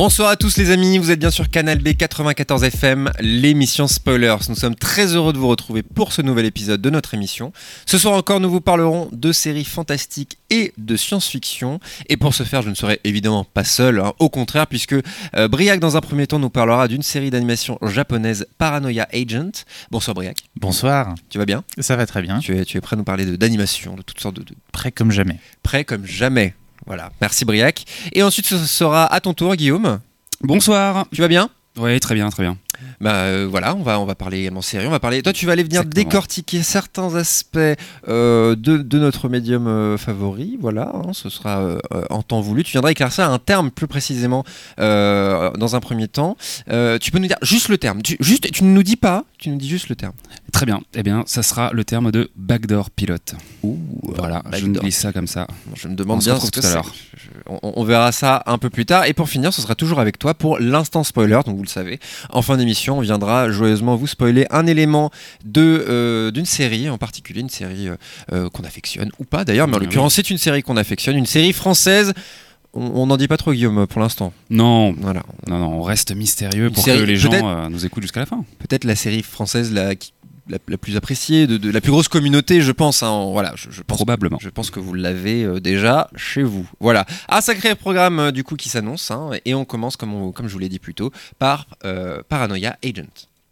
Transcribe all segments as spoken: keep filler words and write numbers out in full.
Bonsoir à tous les amis, vous êtes bien sur Canal B quatre-vingt-quatorze F M, l'émission Spoilers. Nous sommes très heureux de vous retrouver pour ce nouvel épisode de notre émission. Ce soir encore, nous vous parlerons de séries fantastiques et de science-fiction. Et pour ce faire, je ne serai évidemment pas seul, hein, au contraire, puisque euh, Briac, dans un premier temps, nous parlera d'une série d'animation japonaise, Paranoia Agent. Bonsoir Briac. Bonsoir. Tu vas bien ? Ça va très bien. Tu es, tu es prêt à nous parler de, d'animation, de toutes sortes de, de... Prêt comme jamais. Prêt comme jamais. Voilà, merci Briac. Et ensuite, ce sera à ton tour, Guillaume. Bonsoir. Tu vas bien ? Oui, très bien, très bien. Bah euh, voilà, on va on va parler également série. On va parler. Toi, tu vas aller venir Exactement. décortiquer certains aspects euh, de de notre médium euh, favori. Voilà, hein, ce sera euh, en temps voulu. Tu viendras éclaircir un terme plus précisément euh, dans un premier temps. Euh, tu peux nous dire juste le terme. Tu, juste, tu ne nous dis pas. Tu nous dis juste le terme. Très bien. Eh bien, ça sera le terme de backdoor pilot. Ouh, Voilà, backdoor. je ne glisse ça comme ça. Je me demande On se bien retrouve ce que tout à c'est. l'heure. Je- je- on, on verra ça un peu plus tard. Et pour finir, ce sera toujours avec toi pour l'instant spoiler. Donc vous le savez, en fin d'émission, on viendra joyeusement vous spoiler un élément de euh, d'une série, en particulier une série euh, euh, qu'on affectionne ou pas d'ailleurs. Mais en Ah oui. l'occurrence, c'est une série qu'on affectionne, une série française. On n'en dit pas trop, Guillaume, pour l'instant. Non, Voilà. non, non, on reste mystérieux Une pour série, que les gens peut-être- euh, nous écoutent jusqu'à la fin. Peut-être la série française la, qui- la, la plus appréciée, de, de la plus grosse communauté, je pense. Hein. Voilà, je, je pense. Probablement. Je pense que vous l'avez euh, déjà chez vous. Voilà. Un sacré programme euh, du coup qui s'annonce. Hein, et on commence, comme, on- comme je vous l'ai dit plus tôt, par euh, Paranoia Agent.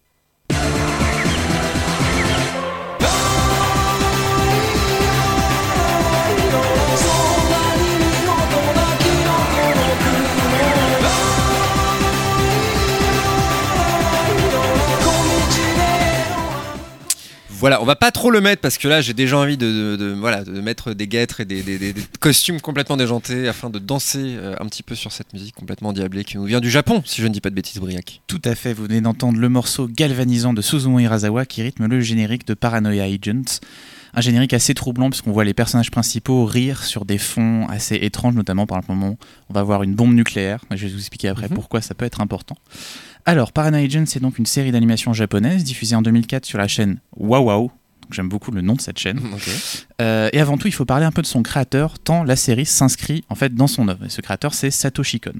Voilà, on va pas trop le mettre parce que là j'ai déjà envie de, de- de- voilà, de mettre des guêtres et des, des- des- des costumes complètement déjantés afin de danser euh, un petit peu sur cette musique complètement diablée qui nous vient du Japon, si je ne dis pas de bêtises, Briac. Tout à fait, vous venez d'entendre le morceau galvanisant de Suzumu Hirasawa qui rythme le générique de Paranoia Agent. Un générique assez troublant puisqu'on voit les personnages principaux rire sur des fonds assez étranges, notamment par le moment on va voir une bombe nucléaire. Je vais vous expliquer après Mhm. pourquoi ça peut être important. Alors, Paranoia Agent, c'est donc une série d'animation japonaise diffusée en deux mille quatre sur la chaîne Wow Wow. Donc, j'aime beaucoup le nom de cette chaîne. Ok. Euh, et avant tout, il faut parler un peu de son créateur, tant la série s'inscrit en fait dans son œuvre. Et ce créateur, c'est Satoshi Kon.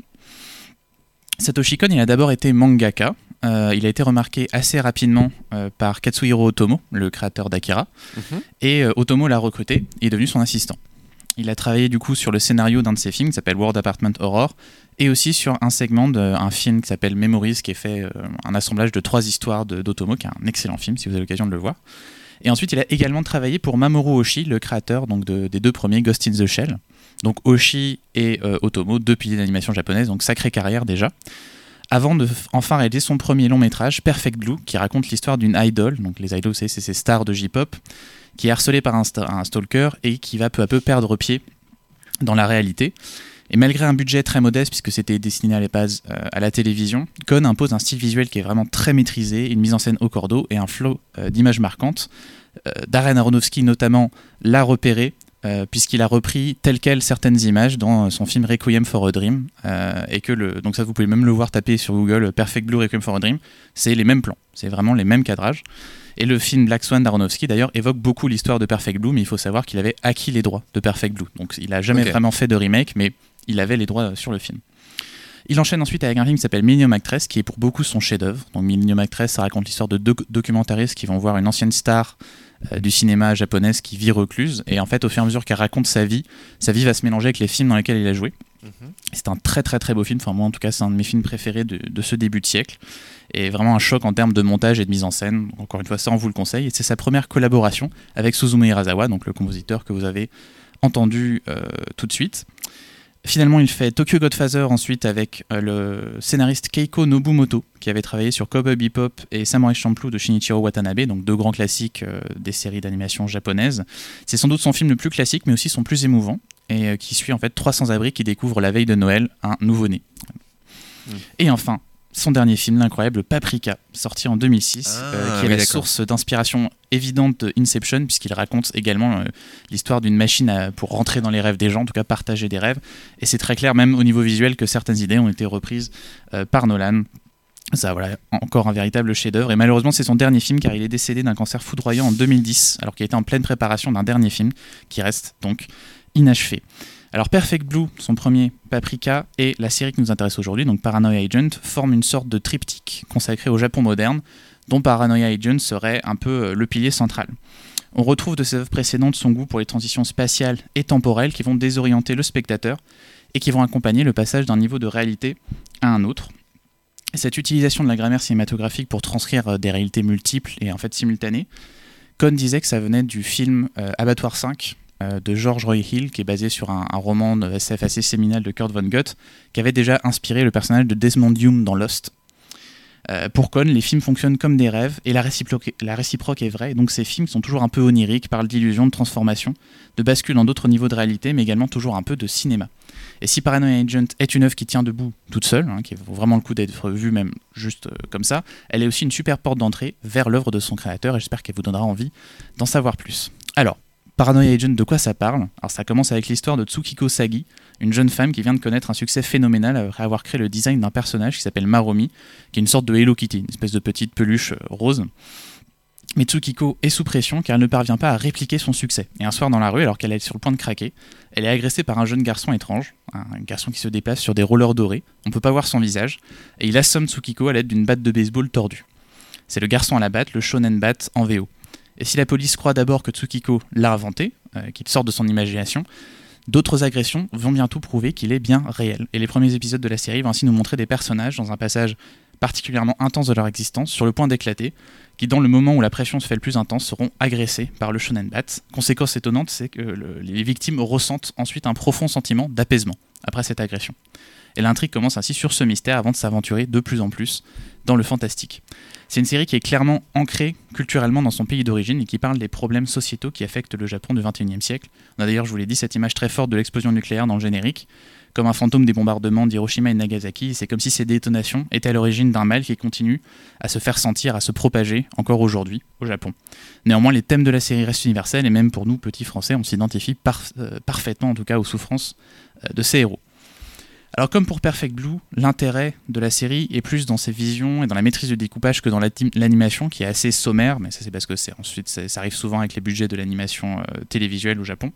Satoshi Kon, il a d'abord été mangaka. Euh, il a été remarqué assez rapidement euh, par Katsuhiro Otomo, le créateur d'Akira. Mhm. Et euh, Otomo l'a recruté et est devenu son assistant. Il a travaillé du coup sur le scénario d'un de ses films qui s'appelle World Apartment Horror et aussi sur un segment d'un film qui s'appelle Memories qui est fait euh, un assemblage de trois histoires de- d'Otomo, qui est un excellent film si vous avez l'occasion de le voir. Et ensuite, il a également travaillé pour Mamoru Oshii, le créateur donc, de- des deux premiers Ghost in the Shell. Donc Oshii et euh, Otomo, deux piliers d'animation japonaise, donc sacrée carrière déjà. Avant de f- enfin réaliser son premier long métrage, Perfect Blue, qui raconte l'histoire d'une idol. Donc les idols, vous savez, c'est ces stars de J-pop, qui est harcelée par un, sta- un stalker et qui va peu à peu perdre pied dans la réalité. Et malgré un budget très modeste, puisque c'était destiné à la base euh, à la télévision, Kon impose un style visuel qui est vraiment très maîtrisé, une mise en scène au cordeau et un flow euh, d'images marquantes. Euh, Darren Aronofsky notamment l'a repéré, euh, puisqu'il a repris telles quelles certaines images dans son film Requiem for a Dream. euh, et que le, donc ça, vous pouvez même le voir taper sur Google, Perfect Blue Requiem for a Dream. C'est les mêmes plans, c'est vraiment les mêmes cadrages. Et le film Black Swan d'Aronofsky d'ailleurs évoque beaucoup l'histoire de Perfect Blue, mais il faut savoir qu'il avait acquis les droits de Perfect Blue. Donc il n'a jamais Ok. vraiment fait de remake, mais il avait les droits sur le film. Il enchaîne ensuite avec un film qui s'appelle Millennium Actress, qui est pour beaucoup son chef-d'œuvre. Donc Millennium Actress, ça raconte l'histoire de deux documentaristes qui vont voir une ancienne star euh, du cinéma japonaise qui vit recluse. Et en fait, au fur et à mesure qu'elle raconte sa vie, sa vie va se mélanger avec les films dans lesquels il a joué. Mhm. C'est un très très très beau film. Enfin moi en tout cas, c'est un de mes films préférés de, de ce début de siècle. Et vraiment un choc en termes de montage et de mise en scène. Donc, encore une fois, ça on vous le conseille. Et c'est sa première collaboration avec Suzumu Hirasawa, donc le compositeur que vous avez entendu euh, tout de suite. Finalement, il fait Tokyo Godfather ensuite avec euh, le scénariste Keiko Nobumoto, qui avait travaillé sur Cowboy Bebop et Samurai Champloo de Shinichiro Watanabe, donc deux grands classiques euh, des séries d'animation japonaises. C'est sans doute son film le plus classique, mais aussi son plus émouvant, et euh, qui suit en fait trois sans-abri qui découvrent la veille de Noël un nouveau-né. Mm. Et enfin, son dernier film, l'incroyable Paprika, sorti en deux mille six, Ah, euh, qui est oui, la d'accord. source d'inspiration évidente de Inception, puisqu'il raconte également euh, l'histoire d'une machine à- pour rentrer dans les rêves des gens, en tout cas partager des rêves. Et c'est très clair, même au niveau visuel, que certaines idées ont été reprises euh, par Nolan. Ça, voilà, encore un véritable chef-d'œuvre. Et malheureusement, c'est son dernier film, car il est décédé d'un cancer foudroyant en deux mille dix, alors qu'il était en pleine préparation d'un dernier film, qui reste donc inachevé. Alors Perfect Blue, son premier, Paprika, et la série qui nous intéresse aujourd'hui, donc Paranoia Agent, forment une sorte de triptyque consacré au Japon moderne, dont Paranoia Agent serait un peu le pilier central. On retrouve de ses œuvres précédentes son goût pour les transitions spatiales et temporelles qui vont désorienter le spectateur et qui vont accompagner le passage d'un niveau de réalité à un autre. Cette utilisation de la grammaire cinématographique pour transcrire des réalités multiples et en fait simultanées, Cohn disait que ça venait du film euh, Abattoir cinq euh, de George Roy Hill, qui est basé sur un, un roman de S F assez séminal de Kurt Vonnegut, qui avait déjà inspiré le personnage de Desmond Hume dans Lost. Euh, pour Cohn, les films fonctionnent comme des rêves et la réciproque, la réciproque est vraie, et donc ces films sont toujours un peu oniriques, parlent d'illusions, de transformation, de bascule dans d'autres niveaux de réalité, mais également toujours un peu de cinéma. Et si Paranoia Agent est une œuvre qui tient debout toute seule, hein, qui vaut vraiment le coup d'être vue même juste euh, comme ça, elle est aussi une super porte d'entrée vers l'œuvre de son créateur et j'espère qu'elle vous donnera envie d'en savoir plus. Alors, Paranoia Agent, de quoi ça parle ? Alors ça commence avec l'histoire de Tsukiko Sagi, une jeune femme qui vient de connaître un succès phénoménal après avoir créé le design d'un personnage qui s'appelle Maromi, qui est une sorte de Hello Kitty, une espèce de petite peluche euh, rose. Mais Tsukiko est sous pression car elle ne parvient pas à répliquer son succès. Et un soir dans la rue, alors qu'elle est sur le point de craquer, elle est agressée par un jeune garçon étrange, un garçon qui se déplace sur des rollers dorés, on ne peut pas voir son visage, et il assomme Tsukiko à l'aide d'une batte de baseball tordue. C'est le garçon à la batte, le shonen bat en V O. Et si la police croit d'abord que Tsukiko l'a inventé, euh, qu'il sort de son imagination, d'autres agressions vont bientôt prouver qu'il est bien réel. Et les premiers épisodes de la série vont ainsi nous montrer des personnages dans un passage particulièrement intense de leur existence, sur le point d'éclater, qui dans le moment où la pression se fait le plus intense seront agressés par le shonen bat. Conséquence étonnante, c'est que le, les victimes ressentent ensuite un profond sentiment d'apaisement après cette agression. Et l'intrigue commence ainsi sur ce mystère avant de s'aventurer de plus en plus dans le fantastique. C'est une série qui est clairement ancrée culturellement dans son pays d'origine et qui parle des problèmes sociétaux qui affectent le Japon du vingt et unième siècle. On a d'ailleurs, je vous l'ai dit, cette image très forte de l'explosion nucléaire dans le générique, comme un fantôme des bombardements d'Hiroshima et de Nagasaki. C'est comme si ces détonations étaient à l'origine d'un mal qui continue à se faire sentir, à se propager encore aujourd'hui au Japon. Néanmoins, les thèmes de la série restent universels et même pour nous, petits Français, on s'identifie par, euh, parfaitement en tout cas aux souffrances euh, de ces héros. Alors comme pour Perfect Blue, l'intérêt de la série est plus dans ses visions et dans la maîtrise du découpage que dans l'animation qui est assez sommaire, mais ça c'est parce que c'est, ensuite ça, ça arrive souvent avec les budgets de l'animation euh, télévisuelle au Japon.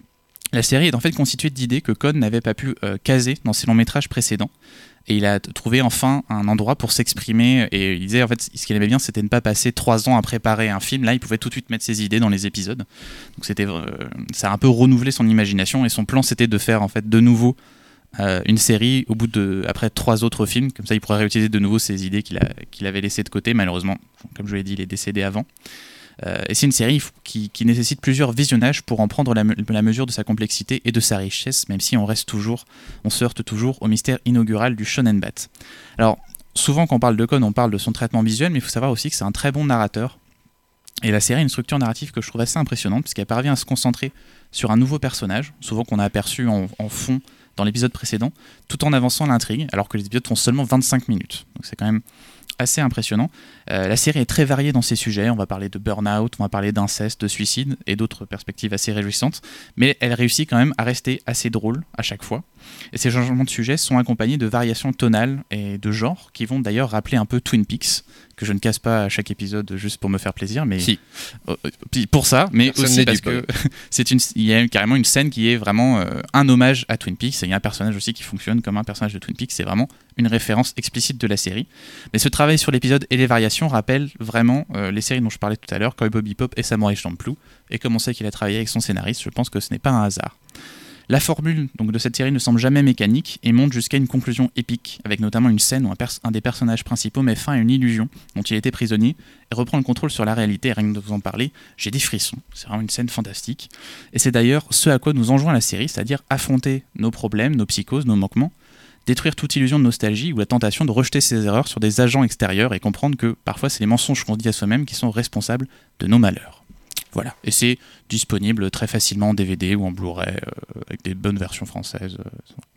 La série est en fait constituée d'idées que Cohn n'avait pas pu euh, caser dans ses longs métrages précédents. Et il a t- trouvé enfin un endroit pour s'exprimer. Et il disait en fait ce qu'il aimait bien, c'était ne pas passer trois ans à préparer un film. Là, il pouvait tout de suite mettre ses idées dans les épisodes. Donc c'était, euh, ça a un peu renouvelé son imagination. Et son plan, c'était de faire en fait de nouveau euh, une série au bout de après trois autres films. Comme ça, il pourrait réutiliser de nouveau ses idées qu'il, a, qu'il avait laissées de côté. Malheureusement, comme je l'ai dit, il est décédé avant. Euh, et c'est une série qui, qui nécessite plusieurs visionnages pour en prendre la, la mesure de sa complexité et de sa richesse, même si on reste toujours, on se heurte toujours au mystère inaugural du shonen bat. Alors, souvent quand on parle de Cohn, on parle de son traitement visuel, mais il faut savoir aussi que c'est un très bon narrateur. Et la série a une structure narrative que je trouve assez impressionnante, puisqu'elle parvient à se concentrer sur un nouveau personnage, souvent qu'on a aperçu en, en fond dans l'épisode précédent, tout en avançant l'intrigue, alors que les épisodes font seulement vingt-cinq minutes. Donc c'est quand même assez impressionnant. Euh, la série est très variée dans ses sujets, on va parler de burn-out, on va parler d'inceste, de suicide et d'autres perspectives assez réjouissantes, mais elle réussit quand même à rester assez drôle à chaque fois. Et ces changements de sujets sont accompagnés de variations tonales et de genre qui vont d'ailleurs rappeler un peu Twin Peaks, que je ne casse pas à chaque épisode juste pour me faire plaisir, mais si. euh, pour ça, mais Personne aussi parce que c'est une, il y a carrément une scène qui est vraiment euh, un hommage à Twin Peaks, et il y a un personnage aussi qui fonctionne comme un personnage de Twin Peaks, c'est vraiment une référence explicite de la série. Mais ce travail sur l'épisode et les variations rappelle vraiment euh, les séries dont je parlais tout à l'heure, Cowboy Bebop et Samurai Champloo, et comme on sait qu'il a travaillé avec son scénariste, je pense que ce n'est pas un hasard. La formule donc, de cette série ne semble jamais mécanique et monte jusqu'à une conclusion épique, avec notamment une scène où un, pers- un des personnages principaux met fin à une illusion dont il était prisonnier et reprend le contrôle sur la réalité. Et rien que de vous en parler, j'ai des frissons. C'est vraiment une scène fantastique. Et c'est d'ailleurs ce à quoi nous enjoint la série, c'est-à-dire affronter nos problèmes, nos psychoses, nos manquements, détruire toute illusion de nostalgie ou la tentation de rejeter ses erreurs sur des agents extérieurs et comprendre que parfois c'est les mensonges qu'on se dit à soi-même qui sont responsables de nos malheurs. Voilà, et c'est disponible très facilement en D V D ou en Blu-ray, euh, avec des bonnes versions françaises. Euh.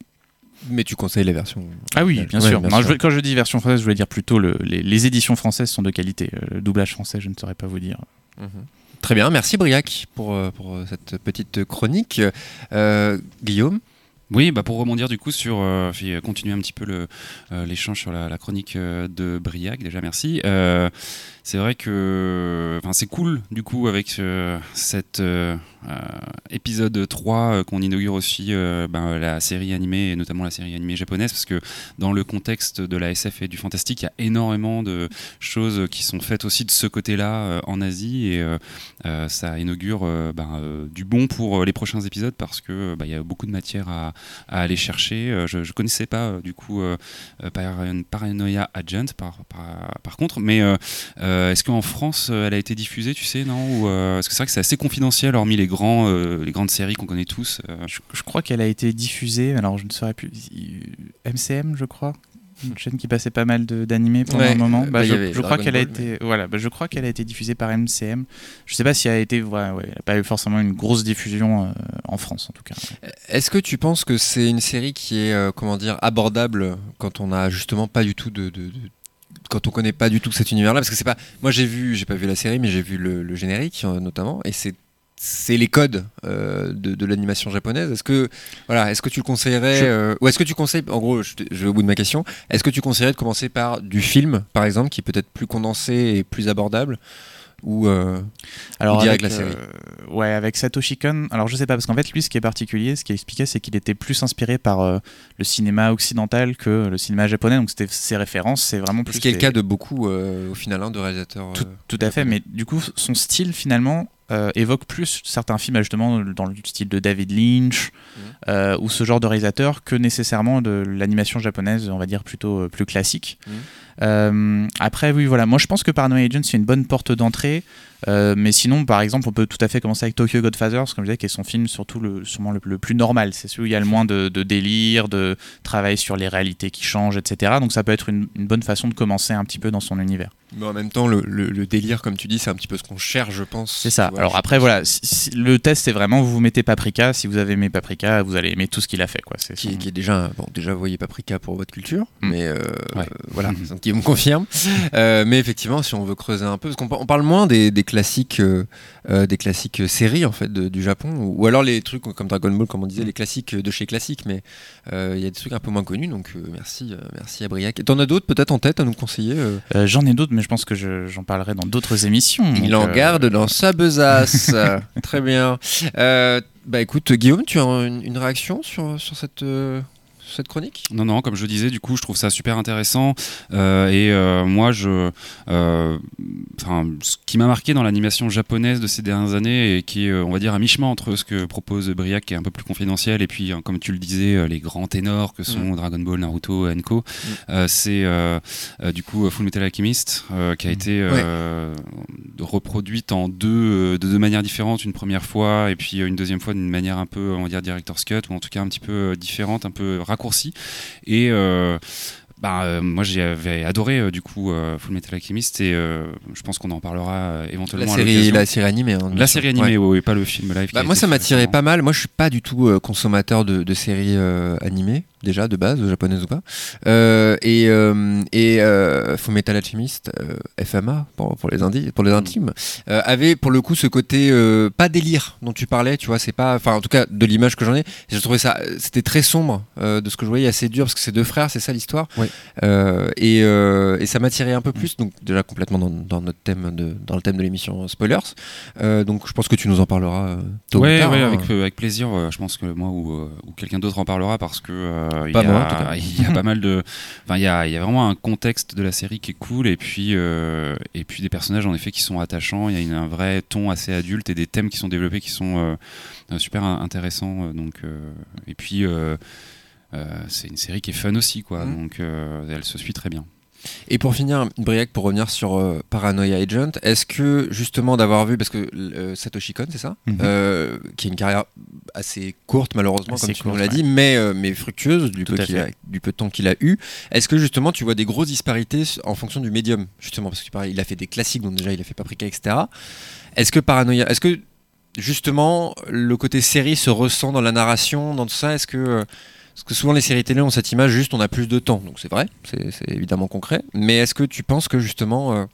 Mais tu conseilles les versions. Ah oui, bien ouais, sûr. bien Non, sûr. je, quand je dis version française, je voulais dire plutôt le, les, les éditions françaises sont de qualité. Le doublage français, je ne saurais pas vous dire. Mmh. Très bien, merci Briac pour, pour cette petite chronique. Euh, Guillaume ? Oui, bah pour rebondir du coup sur, euh, puis continuer un petit peu le, euh, l'échange sur la, la chronique euh, de Briac, déjà merci. Euh, c'est vrai que c'est cool du coup avec euh, cet euh, euh, épisode trois euh, qu'on inaugure aussi euh, ben, la série animée et notamment la série animée japonaise, parce que dans le contexte de la S F et du fantastique, il y a énormément de choses qui sont faites aussi de ce côté-là euh, en Asie, et euh, euh, ça inaugure euh, ben, euh, du bon pour les prochains épisodes, parce que ben, il y a beaucoup de matière à, à aller chercher. Euh, je, je connaissais pas euh, du coup euh, Paranoia Agent par, par, par contre, mais euh, euh, est-ce qu'en France elle a été diffusée, tu sais, non? Ou euh, parce que c'est vrai que c'est assez confidentiel, hormis les grands, euh, les grandes séries qu'on connaît tous. Euh. Je, je crois qu'elle a été diffusée. Alors je ne saurais plus. M C M, je crois. Une chaîne qui passait pas mal de, d'animés pendant Ouais, un moment. bah, Bah, je, je crois Dragon qu'elle a Ball, été, mais... voilà, bah, je crois qu'elle a été diffusée par M C M. Je sais pas si elle a été, ouais, ouais, elle a pas eu forcément une grosse diffusion euh, en France en tout cas. Est-ce que tu penses que c'est une série qui est, euh, comment dire, abordable quand on a justement pas du tout de, de, de... quand on connaît pas du tout cet univers-là? Parce que c'est pas, moi j'ai vu, j'ai pas vu la série, mais j'ai vu le, le générique euh, notamment, et c'est c'est les codes euh, de, de l'animation japonaise. Est-ce que, voilà, est-ce que tu le conseillerais je... euh, ou est-ce que tu conseilles, en gros, je, je vais au bout de ma question, est-ce que tu conseillerais de commencer par du film, par exemple, qui est peut-être plus condensé et plus abordable, ou, euh, alors ou direct avec, la série euh, ouais, avec Satoshi Kon, alors je sais pas, parce qu'en fait, lui, ce qui est particulier, ce qu'il expliquait, c'est qu'il était plus inspiré par euh, le cinéma occidental que le cinéma japonais, donc c'était ses références, c'est vraiment plus... Ce qui est les... le cas de beaucoup, euh, au final, hein, de réalisateurs. Tout, euh, tout à fait, mais du coup, son style, finalement, Euh, évoque plus certains films justement dans le style de David Lynch mmh. euh, ou ce genre de réalisateur que nécessairement de l'animation japonaise, on va dire plutôt euh, plus classique. Mmh. Euh, après oui voilà, moi je pense que Paranoia Agent c'est une bonne porte d'entrée, euh, mais sinon par exemple on peut tout à fait commencer avec Tokyo Godfathers, comme je disais, qui est son film surtout le, sûrement le, le plus normal, c'est celui où il y a le moins de, de délire, de travail sur les réalités qui changent, et cetera. Donc ça peut être une, une bonne façon de commencer un petit peu dans son univers. Mais en même temps, le, le, le délire, comme tu dis, c'est un petit peu ce qu'on cherche, je pense. C'est ça. Vois, alors après, voilà, si, si, le test, c'est vraiment, vous vous mettez Paprika. Si vous avez aimé Paprika, vous allez aimer tout ce qu'il a fait, quoi. C'est qui, son... qui est déjà, bon, déjà, vous voyez Paprika pour votre culture, mm. mais euh, ouais. euh, voilà, donc qui me confirme. euh, mais effectivement, si on veut creuser un peu, parce qu'on on parle moins des, des classiques, euh, euh, des classiques séries en fait de, du Japon, ou, ou alors les trucs comme Dragon Ball, comme on disait, mm. les classiques de chez classiques, mais il euh, y a des trucs un peu moins connus. Donc euh, merci, euh, merci à Briac. T'en as d'autres peut-être en tête à nous conseiller euh euh, J'en ai d'autres, mais je pense que je, j'en parlerai dans d'autres émissions. Il donc, en euh... garde dans sa besace. Très bien. Euh, bah écoute, Guillaume, tu as une, une réaction sur, sur cette, euh, cette chronique ? Non, non, comme je disais, du coup, je trouve ça super intéressant. Euh, et euh, moi, je, euh, ce qui m'a marqué dans l'animation japonaise de ces dernières années, et qui est, on va dire, à mi-chemin entre ce que propose Briac, qui est un peu plus confidentiel, et puis, comme tu le disais, les grands ténors que sont mmh. Dragon Ball, Naruto, Enko, mmh. euh, c'est euh, euh, du coup Full Metal Alchemist, euh, qui a mmh. été euh, ouais. reproduite en deux, de deux manières différentes, une première fois, et puis une deuxième fois d'une manière un peu, on va dire, director's cut, ou en tout cas un petit peu différente, un peu raccourcie. Et euh, bah, euh, moi j'avais adoré euh, du coup euh, Full Metal Alchemist, et euh, je pense qu'on en parlera euh, éventuellement la série, la série animée hein, la série animée, ouais. oui, pas le film live. Bah, moi ça m'attirait pas mal. Moi je suis pas du tout euh, consommateur de, de séries euh, animées déjà de base, japonaises ou pas, euh, et, euh, et euh, Full Metal Alchemist, euh, F M A pour, pour les indi- pour les intimes, euh, avait pour le coup ce côté euh, pas délire dont tu parlais, tu vois, c'est pas, enfin en tout cas de l'image que j'en ai, j'ai trouvé ça, c'était très sombre euh, de ce que je voyais, assez dur parce que c'est deux frères, c'est ça l'histoire, oui. euh, et, euh, et ça m'attirait un peu plus, donc déjà complètement dans, dans notre thème de, dans le thème de l'émission Spoilers, euh, donc je pense que tu nous en parleras euh, tôt ouais, ou tard. Ouais, hein. avec, euh, avec plaisir. Euh, je pense que moi ou, euh, ou quelqu'un d'autre en parlera parce que euh, pas il y a, moi, en tout cas. Il y a pas mal de, enfin il y a, il y a vraiment un contexte de la série qui est cool, et puis euh, et puis des personnages en effet qui sont attachants. Il y a une, un vrai ton assez adulte et des thèmes qui sont développés qui sont euh, super intéressants. Donc euh, et puis euh, euh, c'est une série qui est fun aussi, quoi. Mmh. Donc euh, elle se suit très bien. Et pour finir, Briac, pour revenir sur euh, Paranoia Agent, est-ce que justement d'avoir vu, parce que euh, Satoshi Kon, c'est ça, mm-hmm. euh, qui a une carrière assez courte malheureusement, assez comme tu courte, nous l'as ouais. dit, mais, euh, mais fructueuse du peu, qu'il a, du peu de temps qu'il a eu, est-ce que justement tu vois des grosses disparités en fonction du médium, justement, parce qu'il a fait des classiques, donc déjà il a fait Paprika, et cetera. Est-ce que Paranoia, est-ce que justement le côté série se ressent dans la narration, dans tout ça, est-ce que... Euh, Parce que souvent les séries télé ont cette image juste on a plus de temps, donc c'est vrai, c'est, c'est évidemment concret. Mais est-ce que tu penses que justement, euh,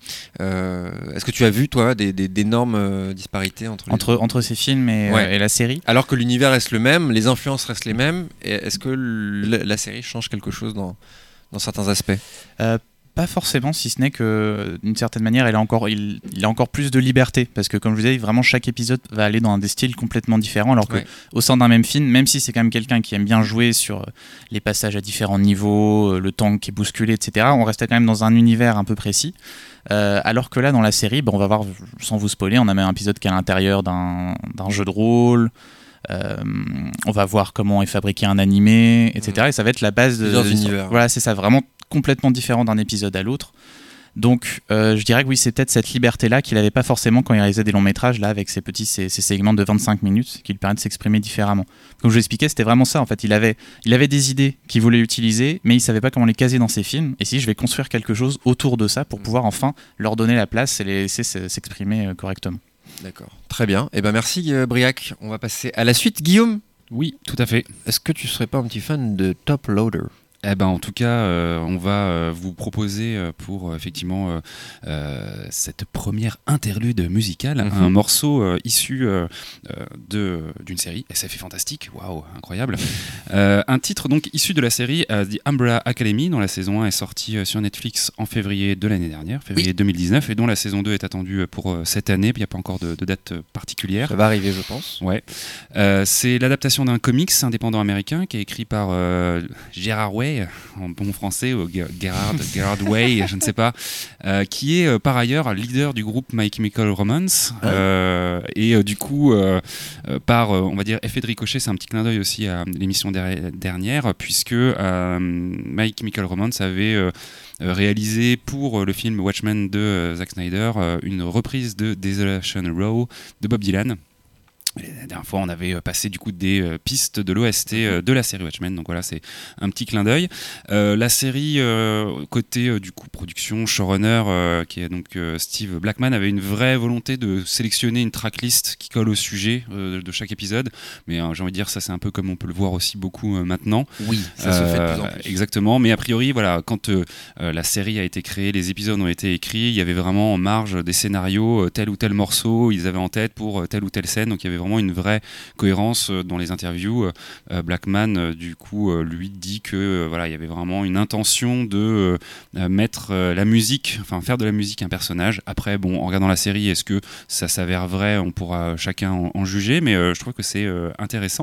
euh, est-ce que tu as vu toi des, des, d'énormes euh, disparités entre les Entre, entre ces films et, Ouais. euh, et la série? Alors que l'univers reste le même, les influences restent les mêmes, et est-ce que l- la série change quelque chose dans, dans certains aspects? Euh, Pas forcément, si ce n'est que d'une certaine manière, il a encore, il, il a encore plus de liberté, parce que comme je vous disais, vraiment chaque épisode va aller dans des styles complètement différents, alors que Ouais. au sein d'un même film, même si c'est quand même quelqu'un qui aime bien jouer sur les passages à différents niveaux, le temps qui est bousculé, et cetera, on reste quand même dans un univers un peu précis. Euh, alors que là, dans la série, ben, on va voir, sans vous spoiler, on a même un épisode qui est à l'intérieur d'un, d'un jeu de rôle. Euh, on va voir comment est fabriqué un animé, et cetera. Et ça va être la base de Plusieurs de- univers. Voilà, c'est ça, vraiment complètement différent d'un épisode à l'autre. Donc, euh, je dirais que oui, c'est peut-être cette liberté-là qu'il n'avait pas forcément quand il réalisait des longs métrages, là, avec ces petits ces, ces segments de vingt-cinq minutes qui lui permettent de s'exprimer différemment. Comme je l'expliquais, c'était vraiment ça, en fait. Il avait, il avait des idées qu'il voulait utiliser, mais il savait pas comment les caser dans ses films. Et si je vais construire quelque chose autour de ça pour pouvoir enfin leur donner la place et les laisser s'exprimer euh, correctement. D'accord, très bien. Et ben merci euh, Briac. On va passer à la suite. Guillaume, Oui, tout à fait. est-ce que tu serais pas un petit fan de Top Loader? Eh ben, en tout cas, euh, on va euh, vous proposer euh, pour euh, effectivement euh, euh, cette première interlude musicale Mhm. un morceau euh, issu euh, euh, de d'une série S F Fantastique. Waouh, incroyable. Euh, un titre donc issu de la série euh, The Umbrella Academy, dont la saison un est sortie euh, sur Netflix en février de l'année dernière, février Oui. deux mille dix-neuf, et dont la saison deux est attendue pour euh, cette année. Il n'y a pas encore de, de date euh, particulière. Ça va arriver, je pense. Ouais, Euh, c'est l'adaptation d'un comics indépendant américain qui est écrit par euh, Gerard Way, en bon français, ou Ge- Gerard, Gerard Way, je ne sais pas, euh, qui est euh, par ailleurs leader du groupe My Chemical Romance. Ah. Euh, et euh, du coup, euh, euh, par, euh, on va dire, effet de ricochet, c'est un petit clin d'œil aussi à l'émission der- dernière, puisque euh, My Chemical Romance avait euh, euh, réalisé pour euh, le film Watchmen de euh, Zack Snyder euh, une reprise de Desolation Row de Bob Dylan. La dernière fois, on avait euh, passé du coup des euh, pistes de l'O S T euh, de la série Watchmen, donc voilà, c'est un petit clin d'œil. Euh, la série, euh, côté euh, du coup production, showrunner, euh, qui est donc euh, Steve Blackman, avait une vraie volonté de sélectionner une tracklist qui colle au sujet euh, de chaque épisode. Mais euh, j'ai envie de dire, ça c'est un peu comme on peut le voir aussi beaucoup euh, maintenant. Oui, ça se fait de Euh, plus en plus. Exactement, mais a priori, voilà, quand euh, euh, la série a été créée, les épisodes ont été écrits, il y avait vraiment en marge des scénarios, euh, tel ou tel morceau, ils avaient en tête pour euh, telle ou telle scène, donc il y avait vraiment une vraie cohérence euh, dans les interviews. Euh, Blackman, euh, du coup, euh, lui dit que euh, voilà, il y avait vraiment une intention de euh, mettre euh, la musique, enfin faire de la musique un personnage. Après, bon, en regardant la série, est-ce que ça s'avère vrai? On pourra chacun en, en juger, mais euh, je trouve que c'est euh, intéressant.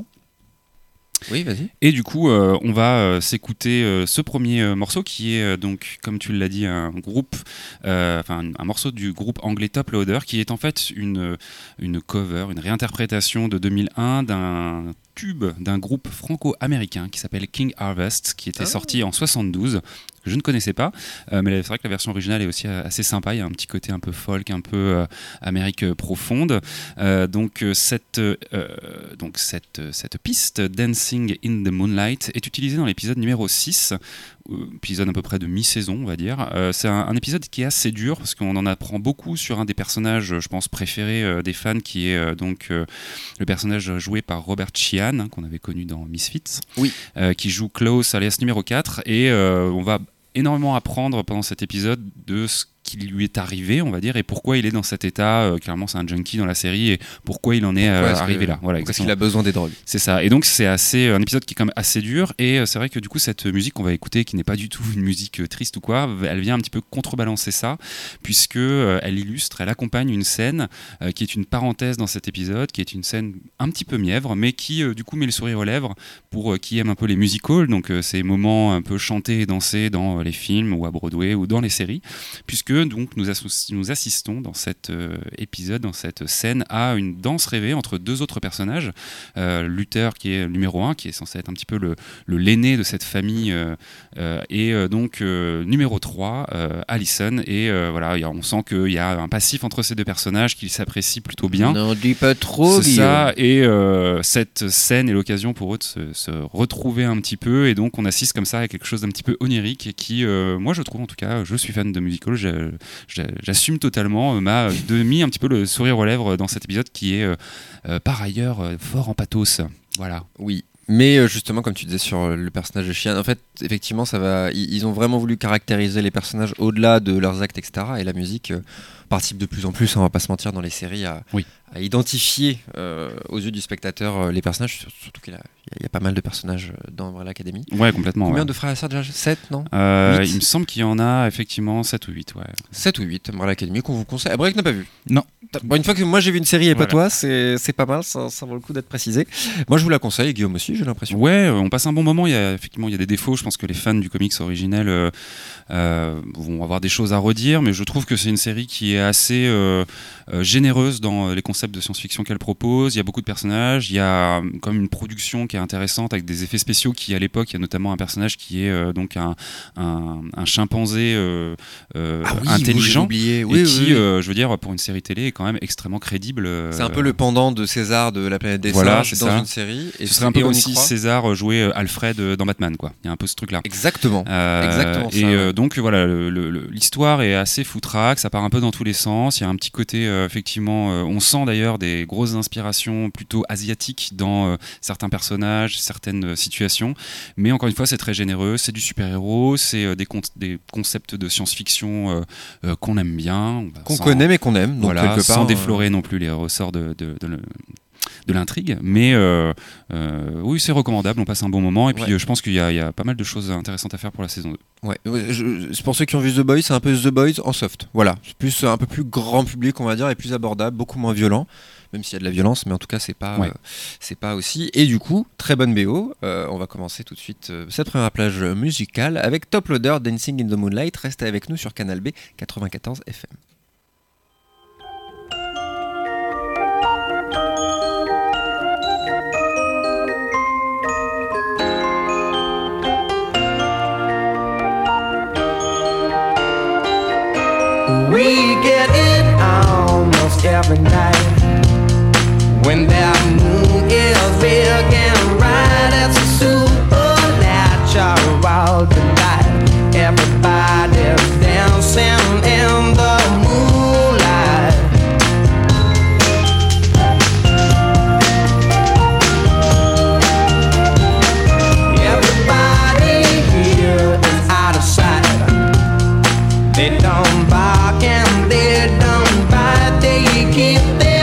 Oui, vas-y. Et du coup, euh, on va euh, s'écouter euh, ce premier euh, morceau qui est euh, donc, comme tu l'as dit, un groupe, euh, enfin un morceau du groupe anglais Top Loader, qui est en fait une une cover, une réinterprétation de deux mille un d'un tube d'un groupe franco-américain qui s'appelle King Harvest, qui était Ah. sorti en soixante-douze. Que je ne connaissais pas, euh, mais c'est vrai que la version originale est aussi assez sympa. Il y a un petit côté un peu folk, un peu euh, Amérique profonde. Euh, donc euh, cette euh, donc cette cette piste Dancing in the Moonlight est utilisée dans l'épisode numéro six, euh, épisode à peu près de mi-saison, on va dire. Euh, c'est un, un épisode qui est assez dur parce qu'on en apprend beaucoup sur un des personnages, je pense préférés euh, des fans, qui est euh, donc euh, le personnage joué par Robert Sheehan, hein, qu'on avait connu dans Misfits, Oui. euh, qui joue Klaus alias numéro quatre, et euh, on va énormément apprendre pendant cet épisode de ce qui lui est arrivé, on va dire, et pourquoi il est dans cet état. Euh, clairement, c'est un junkie dans la série, et pourquoi il en est euh, est-ce arrivé que- là. Voilà, Parce exactement. qu'il a besoin des drogues. C'est ça. Et donc c'est assez un épisode qui est quand même assez dur, et euh, c'est vrai que du coup cette musique qu'on va écouter, qui n'est pas du tout une musique euh, triste ou quoi, elle vient un petit peu contrebalancer ça, puisque euh, elle illustre, elle accompagne une scène euh, qui est une parenthèse dans cet épisode, qui est une scène un petit peu mièvre, mais qui euh, du coup met le sourire aux lèvres pour euh, qui aime un peu les musicals, donc euh, ces moments un peu chantés et dansés dans euh, les films ou à Broadway ou dans les séries, puisque donc nous, associ- nous assistons dans cet euh, épisode, dans cette scène, à une danse rêvée entre deux autres personnages. Euh, Luther, qui est numéro un, qui est censé être un petit peu le, le l'aîné de cette famille, euh, euh, et euh, donc euh, numéro trois, euh, Allison, et euh, voilà, y a- on sent qu'il y a un passif entre ces deux personnages, qu'ils s'apprécient plutôt bien. N'en dis pas trop, C'est Guillaume. ça, et euh, cette scène est l'occasion pour eux de se, se retrouver un petit peu, et donc on assiste comme ça à quelque chose d'un petit peu onirique, et qui, euh, moi je trouve en tout cas, je suis fan de musical, je- je- j'assume totalement, euh, m'a de- mis un petit peu le sourire aux lèvres dans cet épisode qui est euh, euh, par ailleurs euh, fort en pathos. Voilà. Oui, Mais euh, justement, comme tu disais sur le personnage de Shian, en fait, effectivement, ça va. Ils, ils ont vraiment voulu caractériser les personnages au-delà de leurs actes, et cetera. Et la musique euh, participe de plus en plus, on va pas se mentir, dans les séries à, Oui. à identifier euh, aux yeux du spectateur euh, les personnages. Surtout qu'il y a, il y a pas mal de personnages dans Umbrella Academy. Ouais, complètement. Combien ouais. de frères et sœurs déjà? sept, non Euh, Huit. Il me semble qu'il y en a effectivement sept ou huit. Ouais. sept ou huit, Umbrella Academy, qu'on vous conseille. Ah, Break n'a pas vu. Non. Bon, une fois que moi j'ai vu une série et pas Voilà. toi, c'est, c'est pas mal, ça, ça vaut le coup d'être précisé. Moi je vous la conseille, et Guillaume aussi, j'ai l'impression. Ouais, euh, on passe un bon moment. Il y a effectivement il y a des défauts. Je pense que les fans du comics originel euh, euh, vont avoir des choses à redire, mais je trouve que c'est une série qui est assez euh, euh, généreuse dans les concepts de science-fiction qu'elle propose. Il y a beaucoup de personnages. Il y a comme une production qui est intéressante avec des effets spéciaux. Qui à l'époque, il y a notamment un personnage qui est euh, donc un, un, un chimpanzé euh, euh, Ah oui, intelligent. oublié. Et Oui, qui, oui, oui. euh, je veux dire, pour une série télé, est quand même extrêmement crédible. euh, C'est un peu le pendant de César de la planète des Voilà, singes c'est dans ça. une série. Et Ce serait un peu et on comme y si croit. César jouait euh, Alfred euh, dans Batman, quoi. Il y a un peu ce truc-là. Exactement. Euh, Exactement ça, et euh, ouais. donc voilà, le- le- le- l'histoire est assez foutraque, ça part un peu dans tous les sens. Il y a un petit côté, euh, effectivement, euh, on sent d'ailleurs des grosses inspirations plutôt asiatiques dans euh, certains personnages, certaines euh, situations. Mais encore une fois, c'est très généreux, c'est du super-héros, c'est euh, des, con- des concepts de science-fiction euh, euh, qu'on aime bien. Bah, Qu'on sans- connaît mais qu'on aime. Donc voilà, quelque part, sans euh, déflorer non plus les ressorts de, de, de le- de l'intrigue, mais euh, euh, oui, c'est recommandable, on passe un bon moment, et puis Ouais. euh, je pense qu'il y, a- il y a pas mal de choses intéressantes à faire pour la saison deux. Ouais, ouais, je- c'est pour ceux qui ont vu The Boys, c'est un peu The Boys en soft. Voilà, c'est plus un peu plus grand public, on va dire, et plus abordable, beaucoup moins violent, même s'il y a de la violence, mais en tout cas c'est pas, Ouais. euh, c'est pas aussi. Et du coup, très bonne B O. Euh, on va commencer tout de suite euh, cette première plage musicale avec Top Loader, Dancing in the Moonlight. Restez avec nous sur Canal B quatre-vingt-quatorze F M. We get it almost every night when that moon is big and bright. It's a supernatural delight. Everybody's dancing in the moonlight. Everybody here is out of sight. They don't bark and they don't bite. They keep their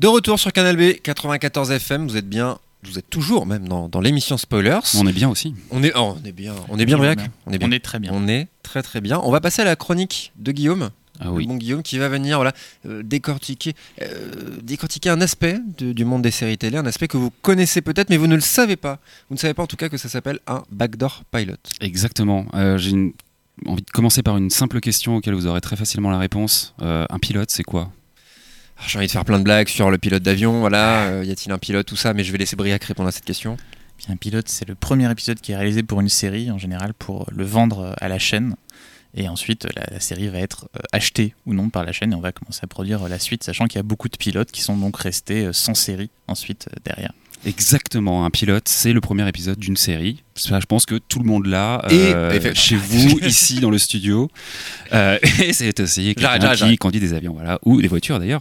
De retour sur Canal B quatre-vingt-quatorze F M, vous êtes bien, vous êtes toujours même dans, dans l'émission Spoilers. On est bien aussi. On est, oh, on est bien, on est bien, Briac. On est bien. On est très bien. On est très très bien. On va passer à la chronique de Guillaume. Ah oui. Le bon Guillaume qui va venir voilà, euh, décortiquer, euh, décortiquer un aspect de, du monde des séries télé, un aspect que vous connaissez peut-être mais vous ne le savez pas. Vous ne savez pas en tout cas que ça s'appelle un backdoor pilot. Exactement. Euh, j'ai une... envie de commencer par une simple question auquel vous aurez très facilement la réponse. Euh, un pilote, c'est quoi ? Alors, j'ai envie de faire plein de blagues sur le pilote d'avion, voilà, euh, y a-t-il un pilote, tout ça, mais je vais laisser Briac répondre à cette question. Puis un pilote, c'est le premier épisode qui est réalisé pour une série, en général pour le vendre à la chaîne. Et ensuite, la, la série va être euh, achetée ou non par la chaîne et on va commencer à produire la suite, sachant qu'il y a beaucoup de pilotes qui sont donc restés euh, sans série ensuite euh, derrière. Exactement, un pilote, c'est le premier épisode d'une série. Ça, je pense que tout le monde l'a euh, et chez vous, ici dans le studio. Euh, et c'est aussi quelqu'un j'arrête, qui j'arrête. conduit des avions, voilà, ou des voitures d'ailleurs.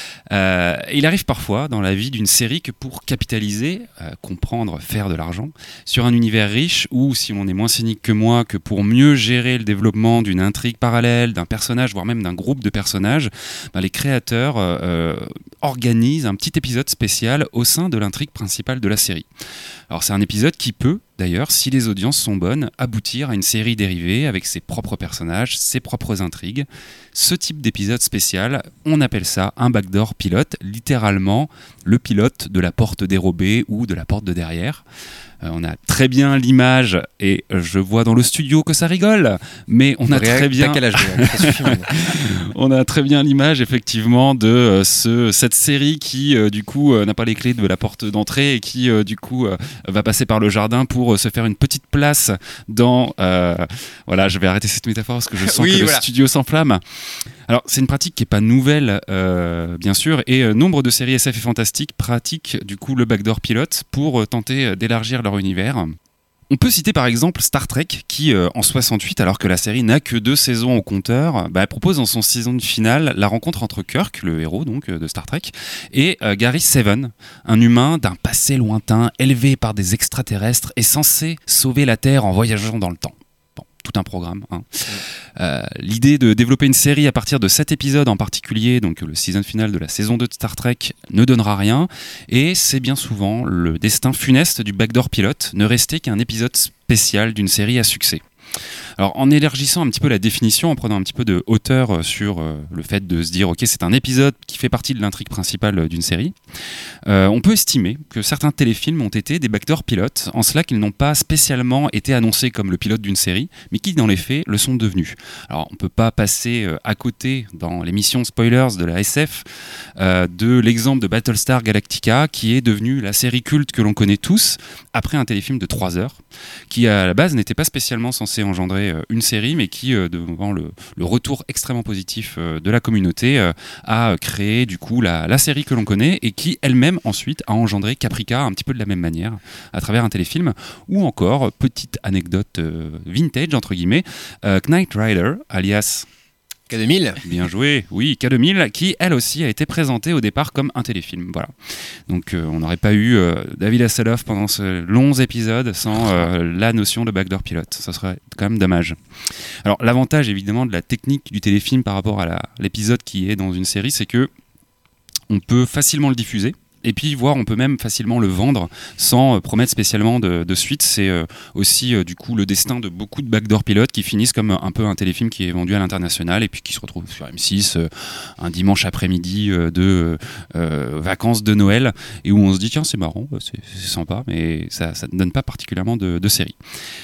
Euh, il arrive parfois dans la vie d'une série que pour capitaliser, euh, comprendre, faire de l'argent, sur un univers riche, ou si on est moins cynique que moi, que pour mieux gérer le développement d'une intrigue parallèle, d'un personnage, voire même d'un groupe de personnages, ben, les créateurs euh, organisent un petit épisode spécial au sein de l'intrigue principale de la série. Alors c'est un épisode qui peut, d'ailleurs, si les audiences sont bonnes, aboutir à une série dérivée avec ses propres personnages, ses propres intrigues. Ce type d'épisode spécial, on appelle ça un backdoor pilote, littéralement le pilote de la porte dérobée ou de la porte de derrière. Euh, on a très bien l'image et je vois dans le studio que ça rigole, mais on a Briac, très bien, t'as quel âge, Briac ? Ça suffit maintenant. on a très bien l'image effectivement de euh, ce, cette série qui euh, du coup euh, n'a pas les clés de la porte d'entrée et qui euh, du coup euh, va passer par le jardin pour euh, se faire une petite place dans. Euh, voilà, je vais arrêter cette métaphore parce que je sens Oui, que voilà. le studio s'enflamme. Alors, c'est une pratique qui n'est pas nouvelle, euh, bien sûr, et euh, nombre de séries S F et fantastiques pratiquent du coup le backdoor pilote pour euh, tenter euh, d'élargir leur univers. On peut citer par exemple Star Trek qui, euh, en soixante-huit, alors que la série n'a que deux saisons au compteur, bah, propose dans son saison finale la rencontre entre Kirk, le héros donc euh, de Star Trek, et euh, Gary Seven, un humain d'un passé lointain, élevé par des extraterrestres et censé sauver la Terre en voyageant dans le temps. Bon, tout un programme. Hein. Euh, l'idée de développer une série à partir de cet épisode en particulier, donc le season final de la saison deux de Star Trek, ne donnera rien, et c'est bien souvent le destin funeste du backdoor pilote, ne rester qu'un épisode spécial d'une série à succès. Alors en élargissant un petit peu la définition, en prenant un petit peu de hauteur sur euh, le fait de se dire ok c'est un épisode qui fait partie de l'intrigue principale d'une série, euh, on peut estimer que certains téléfilms ont été des backdoor pilotes, en cela qu'ils n'ont pas spécialement été annoncés comme le pilote d'une série, mais qui dans les faits le sont devenus. Alors on ne peut pas passer euh, à côté dans l'émission Spoilers de la S F euh, de l'exemple de Battlestar Galactica qui est devenu la série culte que l'on connaît tous après un téléfilm de trois heures, qui à la base n'était pas spécialement censé engendrer une série, mais qui, euh, devant le, le retour extrêmement positif euh, de la communauté, euh, a créé du coup la, la série que l'on connaît et qui elle-même ensuite a engendré Caprica un petit peu de la même manière à travers un téléfilm. Ou encore, petite anecdote euh, vintage entre guillemets, euh, Knight Rider, alias K deux mille. bien joué, oui, K deux mille, qui elle aussi a été présentée au départ comme un téléfilm. Voilà. Donc euh, on n'aurait pas eu euh, David Hasselhoff pendant ce longs épisodes sans euh, la notion de backdoor pilote. Ça serait quand même dommage. Alors l'avantage évidemment de la technique du téléfilm par rapport à la, l'épisode qui est dans une série, c'est que on peut facilement le diffuser. Et puis, voire, on peut même facilement le vendre sans euh, promettre spécialement de, de suite. C'est euh, aussi, euh, du coup, le destin de beaucoup de backdoor pilotes qui finissent comme un peu un téléfilm qui est vendu à l'international et puis qui se retrouve sur M six euh, un dimanche après-midi euh, de euh, vacances de Noël et où on se dit, tiens, c'est marrant, c'est, c'est sympa, mais ça, ça ne donne pas particulièrement de, de série.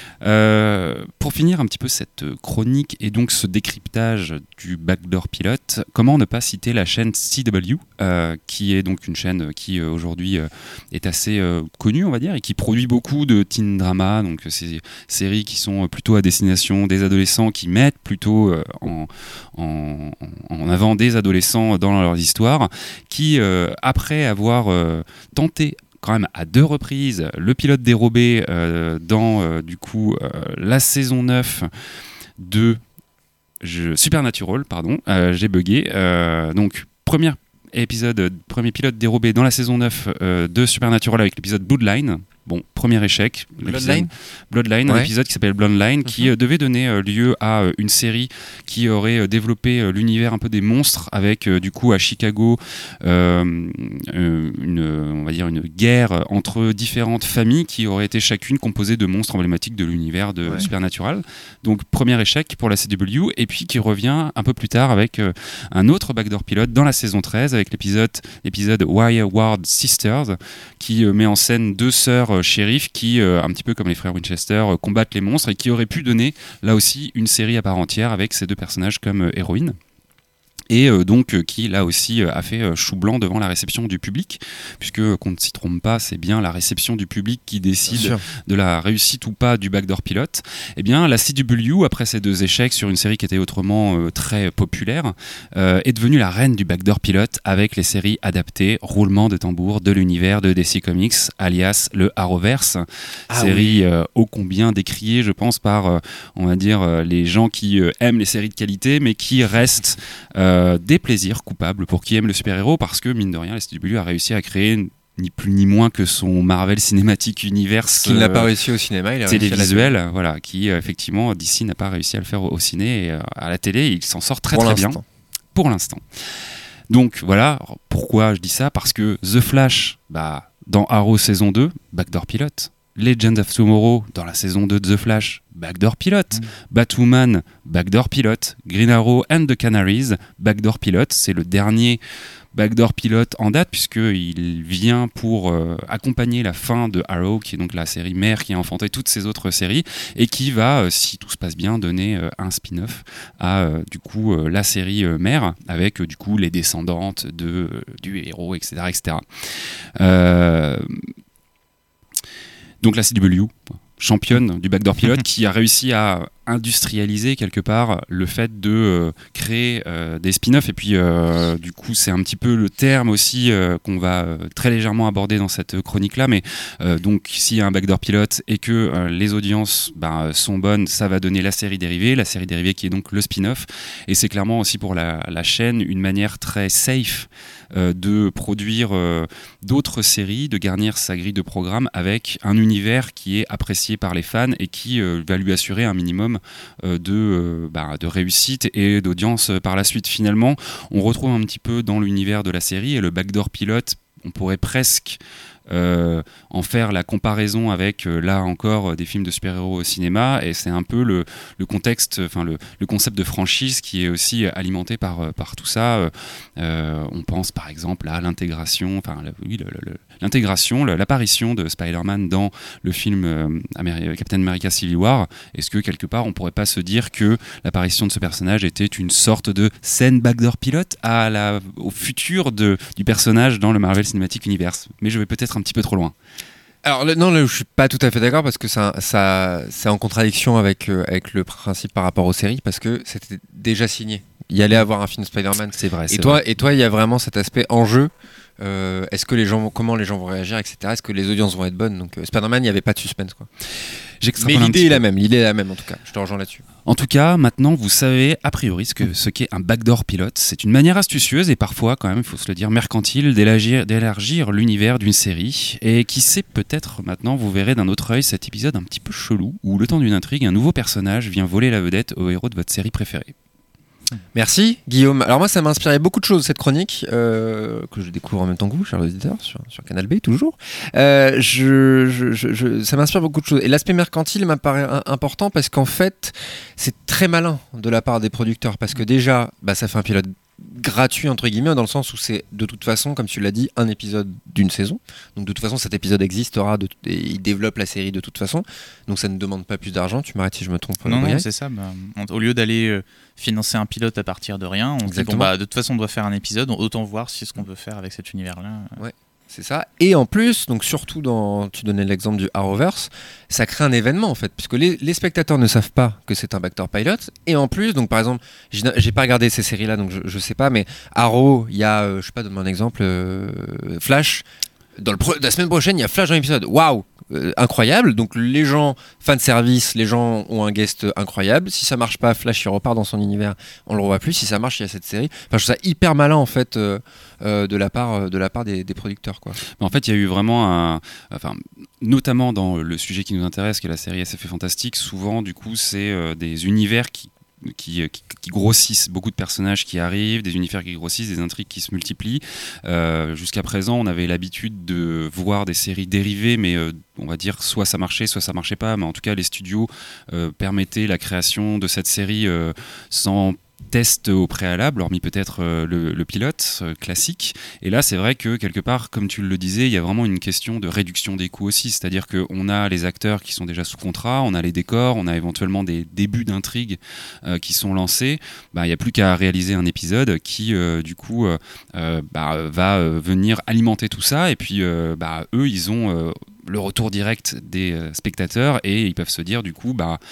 Euh, pour finir un petit peu cette chronique et donc ce décryptage du backdoor pilote, comment ne pas citer la chaîne C W, euh, qui est donc une chaîne qui euh, aujourd'hui euh, est assez euh, connue, on va dire, et qui produit beaucoup de teen drama, donc ces séries qui sont plutôt à destination des adolescents, qui mettent plutôt euh, en, en, en avant des adolescents dans leurs histoires, qui euh, après avoir euh, tenté quand même à deux reprises le pilote dérobé euh, dans euh, du coup euh, la saison neuf de je, Supernatural, pardon, euh, j'ai bugué. Euh, donc premier épisode, premier pilote dérobé dans la saison neuf euh, de Supernatural avec l'épisode Bloodline. Bon, premier échec. Bloodline Bloodline, un ouais. épisode qui s'appelle Bloodline, mm-hmm. qui euh, devait donner euh, lieu à euh, une série qui aurait euh, développé euh, l'univers un peu des monstres, avec euh, du coup à Chicago euh, euh, une, on va dire une guerre entre différentes familles qui auraient été chacune composées de monstres emblématiques de l'univers de ouais. Supernatural. Donc premier échec pour la C W, et puis qui revient un peu plus tard avec euh, un autre backdoor pilote dans la saison treize, avec l'épisode, l'épisode Wireward Sisters, qui euh, met en scène deux sœurs euh, shérifs qui, euh, un petit peu comme les frères Winchester, euh, combattent les monstres, et qui aurait pu donner là aussi une série à part entière avec ces deux personnages comme euh, héroïnes. Et euh, donc euh, qui là aussi euh, a fait euh, chou blanc devant la réception du public, puisque euh, qu'on ne s'y trompe pas, c'est bien la réception du public qui décide de la réussite ou pas du backdoor pilote. Et bien la C W, après ces deux échecs sur une série qui était autrement euh, très populaire, euh, est devenue la reine du backdoor pilote avec les séries adaptées, roulement de tambour de l'univers de D C Comics, alias le Arrowverse, ah, série oui. euh, ô combien décriée, je pense, par euh, on va dire euh, les gens qui euh, aiment les séries de qualité, mais qui restent euh, des plaisirs coupables pour qui aime le super-héros, parce que mine de rien la C W a réussi à créer ni plus ni moins que son Marvel Cinematic Universe, qui n'a pas réussi au cinéma, il a télévisuel, la... voilà, qui euh, effectivement D C n'a pas réussi à le faire au, au ciné, et euh, à la télé il s'en sort très pour très l'instant. bien pour l'instant. Donc voilà pourquoi je dis ça, parce que The Flash, bah, dans Arrow saison deux, backdoor pilote. Legends of Tomorrow, dans la saison deux de The Flash, backdoor pilote. Mmh. Batwoman, backdoor pilote. Green Arrow and the Canaries, backdoor pilote. C'est le dernier backdoor pilote en date, puisqu'il vient pour euh, accompagner la fin de Arrow, qui est donc la série mère qui a enfanté toutes ces autres séries, et qui va, euh, si tout se passe bien, donner euh, un spin-off à euh, du coup euh, la série euh, mère, avec euh, du coup les descendantes de, euh, du héros, et cetera, et cetera. Euh, Donc la C W, championne du backdoor pilote, qui a réussi à industrialiser quelque part le fait de euh, créer euh, des spin-offs, et puis euh, du coup c'est un petit peu le terme aussi euh, qu'on va euh, très légèrement aborder dans cette chronique là, mais euh, donc s'il y a un backdoor pilote et que euh, les audiences bah, sont bonnes, ça va donner la série dérivée, la série dérivée qui est donc le spin-off, et c'est clairement aussi pour la, la chaîne une manière très safe euh, de produire euh, d'autres séries, de garnir sa grille de programme avec un univers qui est apprécié par les fans et qui euh, va lui assurer un minimum euh, de, euh, bah, de réussite et d'audience euh, par la suite. Finalement, on retrouve un petit peu dans l'univers de la série, et le backdoor pilote, on pourrait presque Euh, en faire la comparaison avec euh, là encore des films de super-héros au cinéma, et c'est un peu le, le contexte, enfin le, le concept de franchise qui est aussi alimenté par, par tout ça. Euh, on pense par exemple à l'intégration, enfin oui, le, le, l'intégration, l'apparition de Spider-Man dans le film euh, Ameri- Captain America Civil War. Est-ce que quelque part on pourrait pas se dire que l'apparition de ce personnage était une sorte de scène backdoor pilote à la, au futur de, du personnage dans le Marvel Cinematic Universe? Mais je vais peut-être un petit peu trop loin. Alors le, non, là, je suis pas tout à fait d'accord, parce que ça, ça, c'est en contradiction avec, euh, avec le principe par rapport aux séries, parce que c'était déjà signé. Il y allait avoir un film Spider-Man. C'est vrai. C'est et toi, vrai. et toi, il y a vraiment cet aspect enjeu. Euh, est-ce que les gens, vont, comment les gens vont réagir, et cetera. Est-ce que les audiences vont être bonnes? Donc euh, Spider-Man, il n'y avait pas de suspense, quoi. Mais l'idée est la même. L'idée est la même, en tout cas. Je te rejoins là-dessus. En tout cas, maintenant, vous savez a priori ce, que, ce qu'est un backdoor pilote. C'est une manière astucieuse et parfois, quand même, il faut se le dire, mercantile d'élargir, d'élargir l'univers d'une série. Et qui sait, peut-être maintenant, vous verrez d'un autre œil cet épisode un petit peu chelou où, le temps d'une intrigue, un nouveau personnage vient voler la vedette au héros de votre série préférée. Merci Guillaume. Alors moi ça m'a inspiré beaucoup de choses cette chronique euh, que je découvre en même temps que vous, chers auditeurs, sur, sur Canal B toujours. Euh, je, je, je, je, ça m'inspire beaucoup de choses. Et l'aspect mercantile m'apparaît un, important parce qu'en fait c'est très malin de la part des producteurs, parce que déjà bah, ça fait un pilote gratuit entre guillemets, dans le sens où c'est de toute façon, comme tu l'as dit, un épisode d'une saison. Donc de toute façon cet épisode existera de, et il développe la série de toute façon. Donc ça ne demande pas plus d'argent. Tu m'arrêtes si je me trompe. Non, non, c'est ça. Bah, au lieu d'aller euh, financer un pilote à partir de rien, on se dit bon, bah, de toute façon on doit faire un épisode, autant voir si ce qu'on peut faire avec cet univers-là. Ouais. C'est ça. Et en plus, donc surtout dans, tu donnais l'exemple du Arrowverse, ça crée un événement en fait, puisque les, les spectateurs ne savent pas que c'est un backdoor pilot. Et en plus, donc par exemple, j'ai, j'ai pas regardé ces séries-là, donc je, je sais pas, mais Arrow, il y a, euh, je sais pas, donne-moi un exemple, euh, Flash. dans le pro- la semaine prochaine, il y a Flash dans l'épisode. Waouh, euh, incroyable. Donc les gens, fans de service, les gens ont un guest incroyable. Si ça marche pas, Flash il repart dans son univers, on le revoit plus. Si ça marche, il y a cette série. Enfin, je trouve ça hyper malin en fait euh, euh, de la part de la part des, des producteurs, quoi. En fait, il y a eu vraiment un, enfin, notamment dans le sujet qui nous intéresse, qui est la série S F Fantastique. Souvent, du coup, c'est euh, des univers qui Qui, qui, qui grossissent, beaucoup de personnages qui arrivent, des univers qui grossissent, des intrigues qui se multiplient. Euh, jusqu'à présent, on avait l'habitude de voir des séries dérivées, mais euh, on va dire soit ça marchait, soit ça marchait pas. Mais en tout cas, les studios euh, permettaient la création de cette série euh, sans test au préalable, hormis peut-être euh, le, le pilote euh, classique. Et là, c'est vrai que quelque part, comme tu le disais, il y a vraiment une question de réduction des coûts aussi. C'est-à-dire qu'on a les acteurs qui sont déjà sous contrat, on a les décors, on a éventuellement des débuts d'intrigues euh, qui sont lancés. Bah, il n'y a plus qu'à réaliser un épisode qui, euh, du coup, euh, euh, bah, va euh, venir alimenter tout ça. Et puis, euh, bah, eux, ils ont euh, le retour direct des euh, spectateurs et ils peuvent se dire, du coup, bah,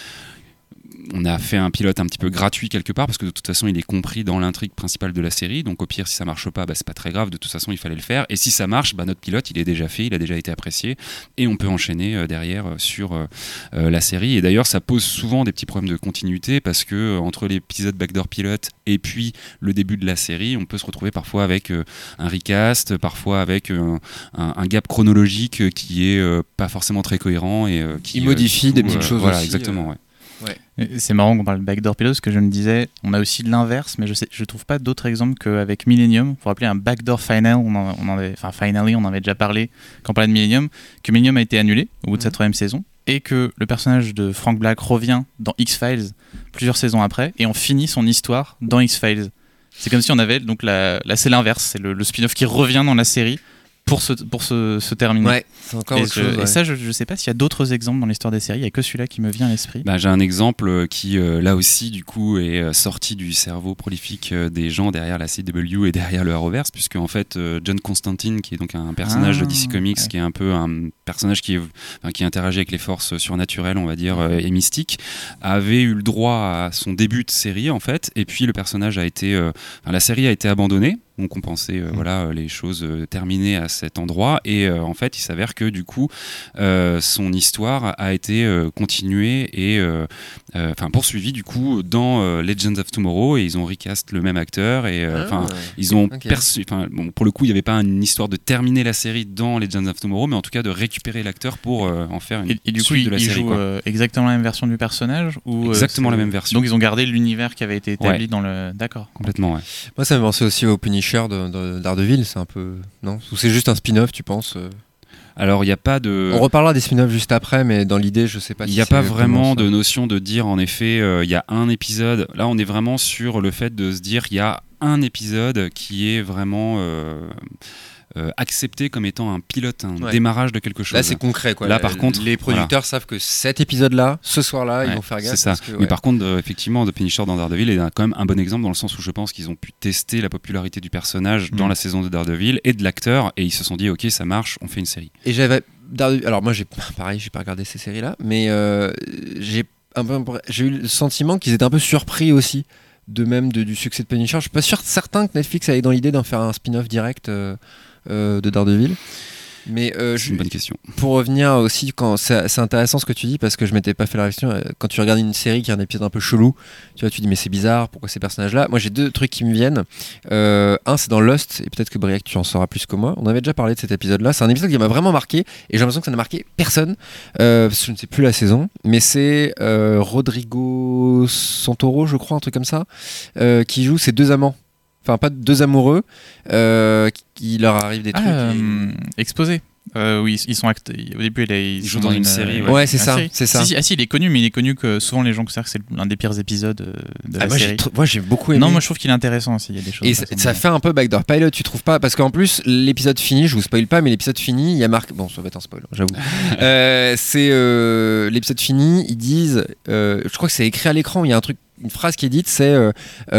on a fait un pilote un petit peu gratuit quelque part parce que de toute façon il est compris dans l'intrigue principale de la série, donc au pire si ça marche pas, bah, c'est pas très grave, de toute façon il fallait le faire, et si ça marche, bah, notre pilote il est déjà fait, il a déjà été apprécié et on peut enchaîner euh, derrière euh, sur euh, euh, la série. Et d'ailleurs ça pose souvent des petits problèmes de continuité parce que euh, entre l'épisode Backdoor Pilot et puis le début de la série, on peut se retrouver parfois avec euh, un recast, parfois avec euh, un, un gap chronologique euh, qui est euh, pas forcément très cohérent et euh, qui Il modifie euh, du des coup, petites euh, choses voilà, aussi, exactement euh. ouais. Et c'est marrant qu'on parle de Backdoor Pilot, parce que je me disais, on a aussi l'inverse, mais je sais, je trouve pas d'autres exemples qu'avec Millennium. Vous vous rappelez un Backdoor Final, on en, on en avait, enfin Finally, on en avait déjà parlé quand on parlait de Millennium, que Millennium a été annulé au bout de sa troisième saison, et que le personnage de Frank Black revient dans X-Files plusieurs saisons après, et on finit son histoire dans X-Files. C'est comme si on avait, donc là, là c'est l'inverse, c'est le, le spin-off qui revient dans la série pour se, pour se, se terminer. Ouais, c'est encore et, autre je, chose. et Ouais. ça, je, je sais pas s'il y a d'autres exemples dans l'histoire des séries, il y a que celui-là qui me vient à l'esprit. Bah, j'ai un exemple qui, euh, là aussi, du coup, est euh, sorti du cerveau prolifique euh, des gens derrière la C W et derrière le Arrowverse, puisque en fait, euh, John Constantine, qui est donc un personnage Ah, de D C Comics, ouais. qui est un peu un personnage qui, est, enfin, qui interagit avec les forces surnaturelles, on va dire, euh, et mystiques, avait eu le droit à son début de série, en fait, et puis le personnage a été, euh, enfin, la série a été abandonnée. Donc on pensait euh, mmh. voilà, les choses euh, terminées à cet endroit, et euh, en fait il s'avère que du coup euh, son histoire a été euh, continuée et euh, euh, poursuivie du coup dans euh, Legends of Tomorrow, et ils ont recast le même acteur, et euh, Ah, ils ont okay. perçu, bon, pour le coup il n'y avait pas une histoire de terminer la série dans Legends of Tomorrow, mais en tout cas de récupérer l'acteur pour euh, en faire une et, et du suite coup, de la il série. joue euh, exactement la même version du personnage ou exactement euh, la même version. Donc ils ont gardé l'univers qui avait été établi ouais. dans le. D'accord. Complètement, ouais. Moi ça me pensait aussi au Punisher de, de, d'Ardeville, c'est un peu. Non ? Ou c'est juste un spin-off, tu penses ? Alors il n'y a pas de. On reparlera des spin-offs juste après, mais dans l'idée, je sais pas. Il n'y si a pas c'est vraiment ça. de notion de dire en effet, il euh, y a un épisode. Là, on est vraiment sur le fait de se dire il y a un épisode qui est vraiment euh, euh, accepté comme étant un pilote, un ouais. démarrage de quelque chose. Là, c'est concret, quoi. Là, par contre, les producteurs voilà. savent que cet épisode-là, ce soir-là, ouais, ils vont faire gaffe. C'est ça. Parce que, ouais. Mais par contre, euh, effectivement, The Punisher dans Daredevil est un, quand même un bon exemple dans le sens où je pense qu'ils ont pu tester la popularité du personnage mmh. dans la saison de Daredevil et de l'acteur, et ils se sont dit ok, ça marche, on fait une série. Et j'avais alors moi j'ai pareil, j'ai pas regardé ces séries-là, mais euh, j'ai un peu j'ai eu le sentiment qu'ils étaient un peu surpris aussi de même de, du succès de Punisher. Je suis pas sûr certain que Netflix avait dans l'idée d'en faire un spin-off direct euh, euh, de Daredevil. Mais euh, c'est je, une bonne question. Pour revenir aussi, quand c'est, c'est intéressant ce que tu dis parce que je m'étais pas fait la réflexion. Quand tu regardes une série qui a un épisode un peu chelou, tu vois, tu dis mais c'est bizarre, pourquoi ces personnages-là ? Moi j'ai deux trucs qui me viennent. Euh, un c'est dans Lost, et peut-être que Briac tu en sauras plus que moi. On avait déjà parlé de cet épisode-là. C'est un épisode qui m'a vraiment marqué et j'ai l'impression que ça n'a marqué personne. Euh, parce que je ne sais plus la saison, mais c'est euh, Rodrigo Santoro, je crois, un truc comme ça, euh, qui joue ses deux amants. Enfin, pas deux amoureux, euh, qui leur arrive des ah, trucs. Euh, et... Exposé. Euh, oui, ils sont act... au début il, est, il joue dans une, une série. Ouais, ouais c'est, ça, série. c'est ça. Si, si, ah si, il est connu, mais il est connu que souvent les gens considèrent que c'est l'un des pires épisodes de la ah, moi, série. J'ai tr- moi j'ai beaucoup aimé. Non, moi je trouve qu'il est intéressant aussi. Il y a des choses. Et ça, ça fait un peu Backdoor Pilot, tu trouves pas ? Parce qu'en plus l'épisode fini, je vous spoil pas, mais l'épisode fini, il y a marqué. Bon, ça va être un spoil, j'avoue. euh, c'est euh, l'épisode fini, ils disent, euh, je crois que c'est écrit à l'écran, il y a un truc. Une phrase qui est dite, c'est euh,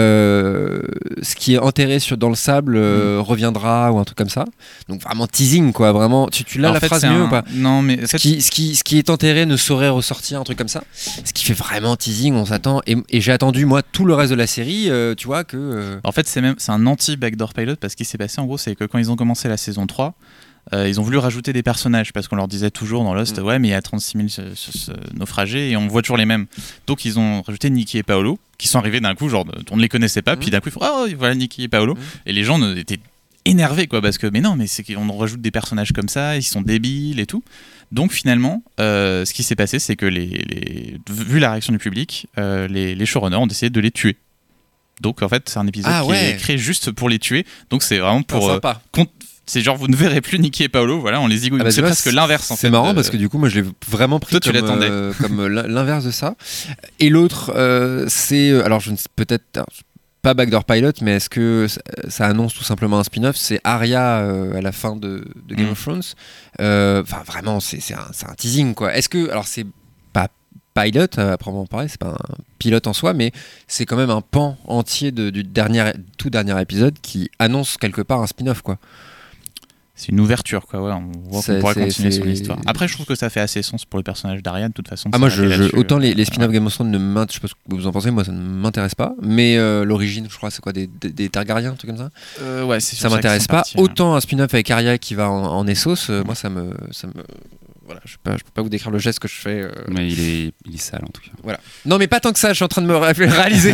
euh, ce qui est enterré sur, dans le sable euh, mmh. reviendra, ou un truc comme ça. Donc vraiment teasing, quoi. Vraiment, tu, tu l'as Alors, la en fait, phrase mieux un... ou pas ? Non, mais ce qui, ce, qui, ce qui est enterré ne saurait ressortir, un truc comme ça. Ce qui fait vraiment teasing, on s'attend. Et, et j'ai attendu moi tout le reste de la série, euh, tu vois que. Euh... En fait, c'est même c'est un anti Backdoor Pilot parce qu'il s'est passé en gros, c'est que quand ils ont commencé la saison trois. Euh, ils ont voulu rajouter des personnages parce qu'on leur disait toujours dans Lost, Mm. ouais, mais il y a trente-six mille ce- ce- ce naufragés et on voit toujours les mêmes. Donc ils ont rajouté Nikki et Paolo qui sont arrivés d'un coup, genre on ne les connaissait pas, Mm. puis d'un coup ils font oh voilà Nikki et Paolo Mm. et les gens ne- étaient énervés quoi parce que mais non mais c'est qu'on rajoute des personnages comme ça, ils sont débiles et tout. Donc finalement, euh, ce qui s'est passé, c'est que les, les... vu la réaction du public, euh, les, les showrunners ont décidé de les tuer. Donc en fait, c'est un épisode Ah, qui ouais. est créé juste pour les tuer. Donc c'est vraiment pour Ah, euh, sympa. con- c'est genre vous ne verrez plus Nikki et Paolo, voilà, on les zigouille. Ah bah, c'est tu vois, presque l'inverse en fait. C'est marrant de- parce que du coup, moi, je l'ai vraiment pris Toi, tu comme, l'attendais. euh, comme l'in- l'inverse de ça. Et l'autre, euh, c'est euh, alors je ne sais peut-être alors, pas Backdoor Pilot, mais est-ce que ça, ça annonce tout simplement un spin-off? C'est Arya euh, à la fin de, de Game Mm. of Thrones. Euh, Enfin, vraiment, c'est c'est un, c'est un teasing quoi. Est-ce que alors c'est pas Pilot à proprement parler, c'est pas un pilote en soi, mais c'est quand même un pan entier de- du dernier, tout dernier épisode qui annonce quelque part un spin-off quoi. C'est une ouverture quoi, ouais, on voit C'est- qu'on pourrait c'est- continuer c'est- son histoire. Après, je trouve que ça fait assez sens pour le personnage d'Arya de toute façon. de Ah moi je, s'arrêter je- là-dessus. autant les, les Euh, spin-off Game of Thrones ne m'intéressent, je sais pas ce que vous en pensez, moi ça ne m'intéresse pas, mais euh, l'origine je crois c'est quoi des, des, des Targaryens, un truc comme ça, euh, ouais, c'est sur ça qu'ils m'intéresse sont pas. partis, hein. Autant un spin-off avec Arya qui va en, en Essos, euh, moi ça me, ça me voilà, je peux pas, je peux pas vous décrire le geste que je fais. euh, Mais il est, il est sale en tout cas. Non mais pas tant que ça, je suis en train de me ré- réaliser.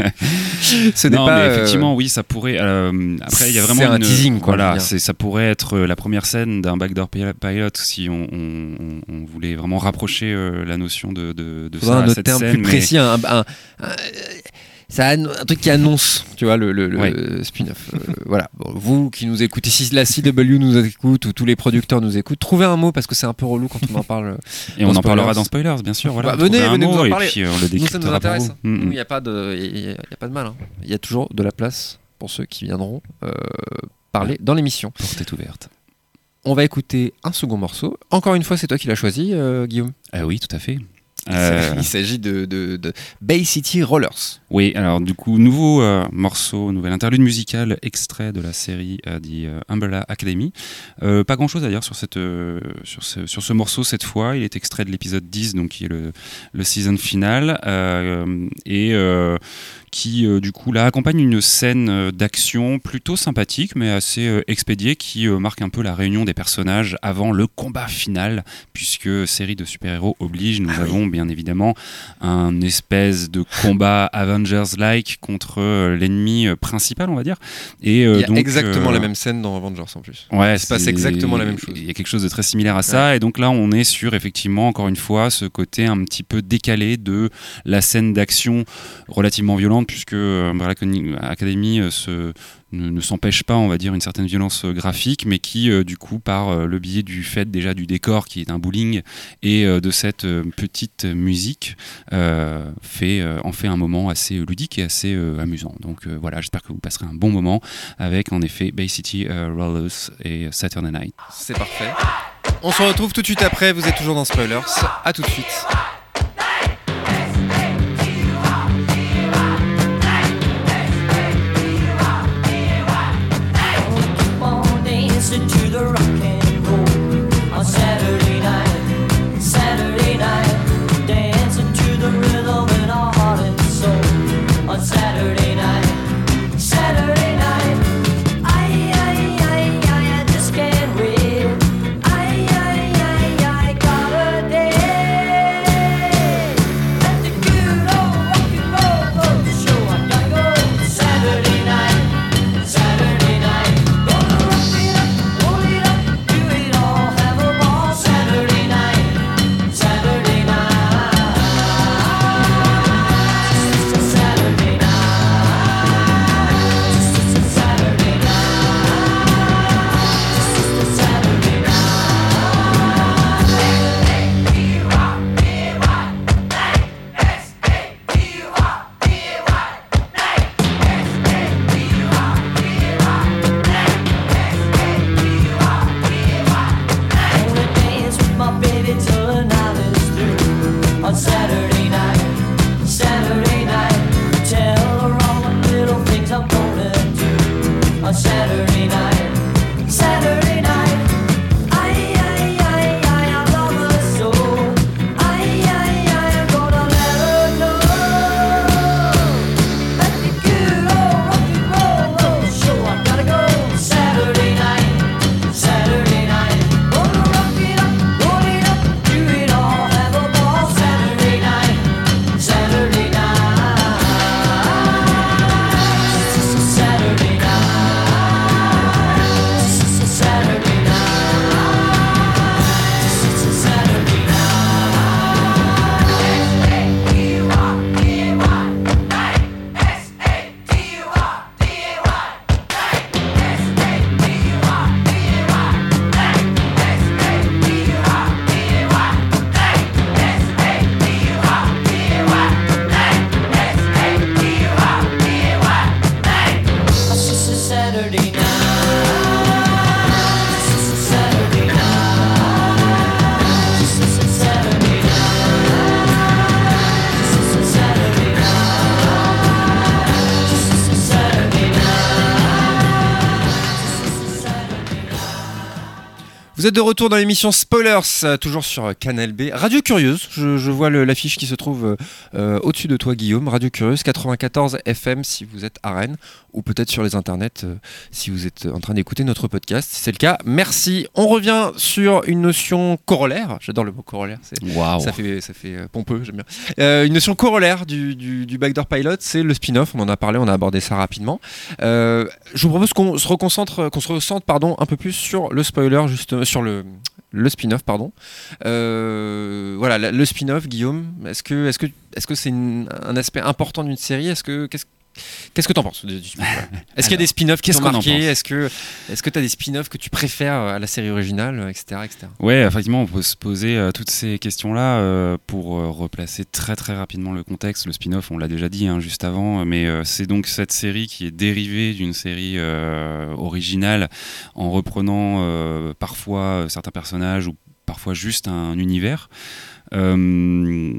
Ce n'est non, pas mais euh, effectivement, oui, ça pourrait. euh, après, il y a vraiment c'est un une- teasing, quoi, je veux Voilà, dire. c'est, ça pourrait être euh, la première scène d'un Backdoor Pi- Pilot si on, on- on- on voulait vraiment rapprocher euh, la notion de, de, de faudra ça un à autre cette terme scène. plus mais- précis, un, un- un- ça anno- un truc qui annonce, tu vois, le, le- le Ouais. spin-off. Euh, voilà. Bon, vous qui nous écoutez, si la C W nous écoute ou tous les producteurs nous écoutent, trouvez un mot parce que c'est un peu relou quand on en parle. Et dans on en parlera Spoilers. dans Spoilers, bien sûr. Voilà, Bah, venez, trouvez un venez nous mot en et parler. puis euh, on le Nous, ça nous décryptera pour intéresse. vous. hein. Mm, Nous, il mm. n'y a, pas de- il y a- il y a pas de mal. hein. Il y a toujours de la place pour ceux qui viendront euh, parler dans l'émission. Porte est ouverte. On va écouter un second morceau. Encore une fois, c'est toi qui l'as choisi, euh, Guillaume. Ah oui, tout à fait. Il Euh, s'agit- Il s'agit de, de, de Bay City Rollers. Oui, alors du coup, nouveau euh, morceau, nouvel interlude musical, extrait de la série euh, The euh, Umbrella Academy. Euh, pas grand chose à dire sur, cette, euh, sur, ce, sur ce morceau cette fois. Il est extrait de l'épisode dix, donc qui est le, le season final. Euh, et euh, qui euh, du coup là accompagne une scène euh, d'action plutôt sympathique mais assez euh, expédiée qui euh, marque un peu la réunion des personnages avant le combat final, puisque série de super-héros oblige, nous Ah oui. avons bien évidemment un espèce de combat Avengers-like contre euh, l'ennemi euh, principal, on va dire. Et, euh, Il y a donc, exactement euh, la même scène dans Avengers en plus. Ouais, Il se passe exactement la même chose. Il y a quelque chose de très similaire à ça, et donc là on est sur effectivement encore une fois ce côté un petit peu décalé de la scène d'action relativement violente, puisque euh, Umbrella Academy euh, se, ne, ne s'empêche pas, on va dire, une certaine violence euh, graphique, mais qui euh, du coup par euh, le biais du fait déjà du décor qui est un bowling et euh, de cette euh, petite musique euh, fait, euh, en fait un moment assez ludique et assez euh, amusant. Donc euh, voilà, j'espère que vous passerez un bon moment avec en effet Bay City euh, Rollers et Saturday Night. C'est parfait. On se retrouve tout de suite après. Vous êtes toujours dans Spoilers. À tout de suite. Keep on dancing to the rock and roll on Saturday night, Saturday night, dancing to the rhythm in our heart and soul on Saturday night, Saturday night. I, I, I, I, I just can't wait. I, I, I, I gotta dance. Vous êtes de retour dans l'émission Spoilers, euh, toujours sur Canal B. Radio Curieuse, je, je vois le, l'affiche qui se trouve euh, au-dessus de toi Guillaume. Radio Curieuse, quatre-vingt-quatorze F M si vous êtes à Rennes, ou peut-être sur les internets euh, si vous êtes en train d'écouter notre podcast. Si c'est le cas, merci. On revient sur une notion corollaire, j'adore le mot corollaire, c'est, Waouh. ça fait, ça fait euh, pompeux, j'aime bien. Euh, une notion corollaire du, du, du Backdoor Pilot, c'est le spin-off, on en a parlé, on a abordé ça rapidement. Euh, je vous propose qu'on se reconcentre, qu'on se recentre pardon, un peu plus sur le spoiler, juste, sur le, le spin-off. Pardon. Euh, voilà, le spin-off, Guillaume, est-ce que, est-ce que, est-ce que c'est une, un aspect important d'une série? Est-ce que, qu'est-ce, qu'est-ce que t'en penses du spin-off? Est-ce qu'il y a des spin-offs qui qu'est-ce t'ont qu'on en marqué? pense Est-ce que, est-ce que t'as des spin-offs que tu préfères à la série originale, et cetera, et cetera. Ouais, effectivement, on peut se poser euh, toutes ces questions-là euh, pour euh, replacer très très rapidement le contexte. Le spin-off, on l'a déjà dit hein, juste avant, mais euh, c'est donc cette série qui est dérivée d'une série euh, originale en reprenant euh, parfois euh, certains personnages ou parfois juste un univers. Euh,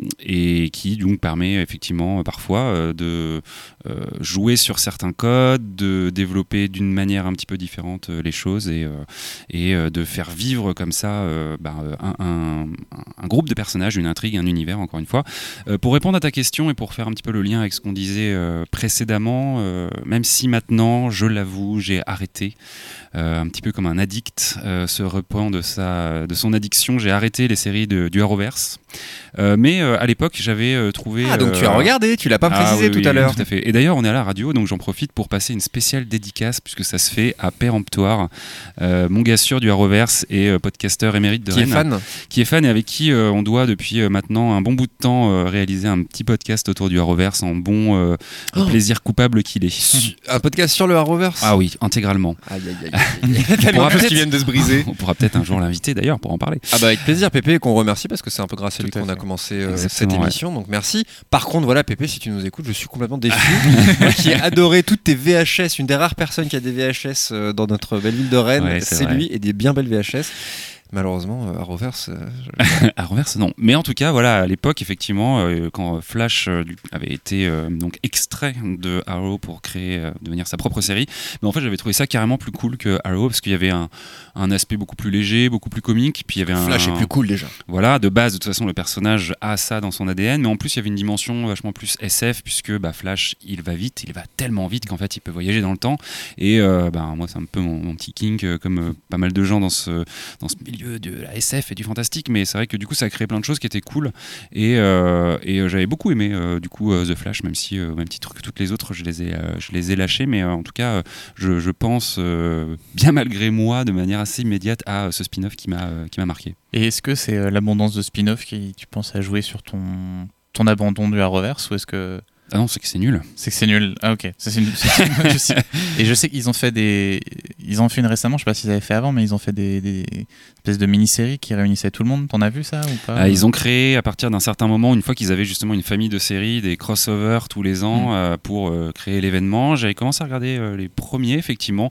et qui donc permet effectivement parfois euh, de euh, jouer sur certains codes, de développer d'une manière un petit peu différente euh, les choses et, euh, et euh, de faire vivre comme ça euh, bah, un, un, un groupe de personnages, une intrigue, un univers encore une fois. Euh, pour répondre à ta question et pour faire un petit peu le lien avec ce qu'on disait euh, précédemment, euh, même si maintenant, je l'avoue, j'ai arrêté Euh, un petit peu comme un addict euh, se repent de, sa, de son addiction. J'ai arrêté les séries de, du Arrowverse. Euh, mais euh, à l'époque, j'avais euh, trouvé... Ah, donc euh, tu as regardé, tu l'as pas précisé ah, oui, tout oui, à l'heure. Tout à fait. Et d'ailleurs, on est à la radio, donc j'en profite pour passer une spéciale dédicace, puisque ça se fait à Péremptoire. Euh, mon gars sûr du Arrowverse et euh, podcasteur émérite de Qui Rennes. est fan Qui est fan et avec qui euh, on doit depuis euh, maintenant un bon bout de temps euh, réaliser un petit podcast autour du Arrowverse en bon euh, Oh. plaisir coupable qu'il est. Un podcast sur le Arrowverse. Ah oui, intégralement. Aïe aïe aïe. aïe. Tellement de choses qui viennent de se briser. On pourra peut-être un jour l'inviter d'ailleurs pour en parler. Ah bah avec plaisir Pépé, qu'on remercie parce que c'est un peu grâce à lui Tout à qu'on a fait. commencé euh, cette Exactement, émission, donc merci. Par contre voilà Pépé, si tu nous écoutes, je suis complètement déçu. Moi qui ai adoré toutes tes V H S, une des rares personnes qui a des V H S euh, dans notre belle ville de Rennes, Ouais, c'est, c'est vrai. lui, et des bien belles V H S. Malheureusement, euh, Arrowverse, euh, je- À Renverse, non. Mais en tout cas, voilà, à l'époque, effectivement, euh, quand Flash euh, du- avait été euh, donc extrait de Arrow pour créer, euh, devenir sa propre série, mais en fait, j'avais trouvé ça carrément plus cool que Arrow parce qu'il y avait un, un aspect beaucoup plus léger, beaucoup plus comique. Puis il y avait un, Flash est plus cool déjà. Voilà, de base, de toute façon, le personnage a ça dans son A D N, mais en plus, il y avait une dimension vachement plus S F, puisque bah, Flash, il va vite, il va tellement vite qu'en fait, il peut voyager dans le temps. Et euh, bah, moi, c'est un peu mon, mon petit kink, euh, comme euh, pas mal de gens dans ce, dans ce milieu de la S F et du fantastique, mais c'est vrai que du coup, ça a créé plein de choses qui étaient cool. Et, euh, et euh, j'avais beaucoup aimé, euh, du coup, euh, The Flash, même si, euh, au même titre que toutes les autres, je les ai, euh, je les ai lâchés, mais euh, en tout cas, euh, je, je pense, euh, bien malgré moi, de manière assez immédiate, à euh, ce spin-off qui m'a, euh, qui m'a marqué. Et est-ce que c'est euh, l'abondance de spin-off qui tu penses à jouer sur ton, ton abandon du Arrowverse ou est-ce que Ah non, c'est que c'est nul. c'est que c'est nul? Ah ok. Ça, c'est une- c'est une- je sais- Et je sais qu'ils ont fait des, ils ont fait une récemment. Je sais pas s'ils avaient fait avant, mais ils ont fait des, des espèces de mini-séries qui réunissaient tout le monde. T'en as vu ça ou pas? Ah, ils ont créé à partir d'un certain moment, une fois qu'ils avaient justement une famille de séries, des crossovers tous les ans Mm. euh, pour euh, créer l'événement. J'avais commencé à regarder euh, les premiers, effectivement.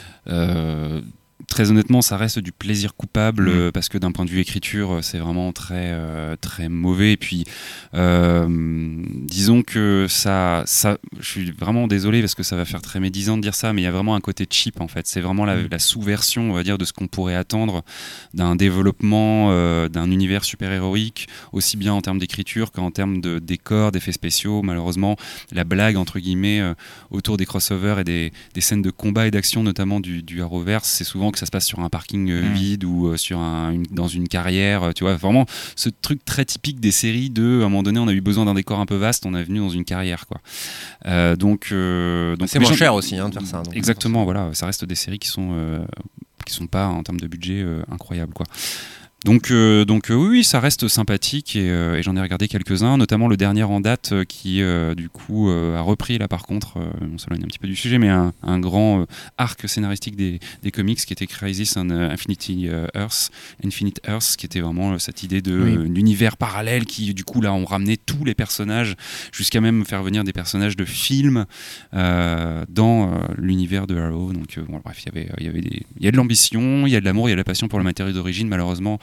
Euh, Très honnêtement, ça reste du plaisir coupable Mmh. euh, parce que d'un point de vue écriture, euh, c'est vraiment très euh, très mauvais. Et puis, euh, disons que ça, ça, je suis vraiment désolé parce que ça va faire très médisant de dire ça, mais il y a vraiment un côté cheap en fait. C'est vraiment la, Mmh. la sous-version, on va dire, de ce qu'on pourrait attendre d'un développement euh, d'un univers super-héroïque, aussi bien en termes d'écriture qu'en termes de décors, d'effets spéciaux. Malheureusement, la blague entre guillemets euh, autour des crossovers et des, des scènes de combat et d'action, notamment du, du Arrowverse, c'est souvent que ça se passe sur un parking euh, Mm. vide ou euh, sur un, une- dans une carrière, euh, tu vois, vraiment ce truc très typique des séries de, à un moment donné, on a eu besoin d'un décor un peu vaste, on est venu dans une carrière, quoi. Euh, donc, euh, donc C'est mais moins j'en- cher aussi hein, de faire ça. donc, Exactement, voilà, ça reste des séries qui sont euh, qui sont pas en termes de budget euh, incroyables, quoi. Donc, euh, donc euh, oui, oui, ça reste sympathique et, euh, et j'en ai regardé quelques-uns, notamment le dernier en date euh, qui euh, du coup euh, a repris là par contre, euh, on s'éloigne un petit peu du sujet, mais un, un grand euh, arc scénaristique des, des comics qui était Crisis on euh, Infinity euh, Earth, Infinite Earth, qui était vraiment euh, cette idée de Oui. euh, d'univers parallèle qui du coup là ont ramené tous les personnages jusqu'à même faire venir des personnages de films euh, dans euh, l'univers de Arrow. Donc euh, bon, bref, il y avait il y avait des il y a de l'ambition, il y a de l'amour, il y a de la passion pour le matériau d'origine. Malheureusement,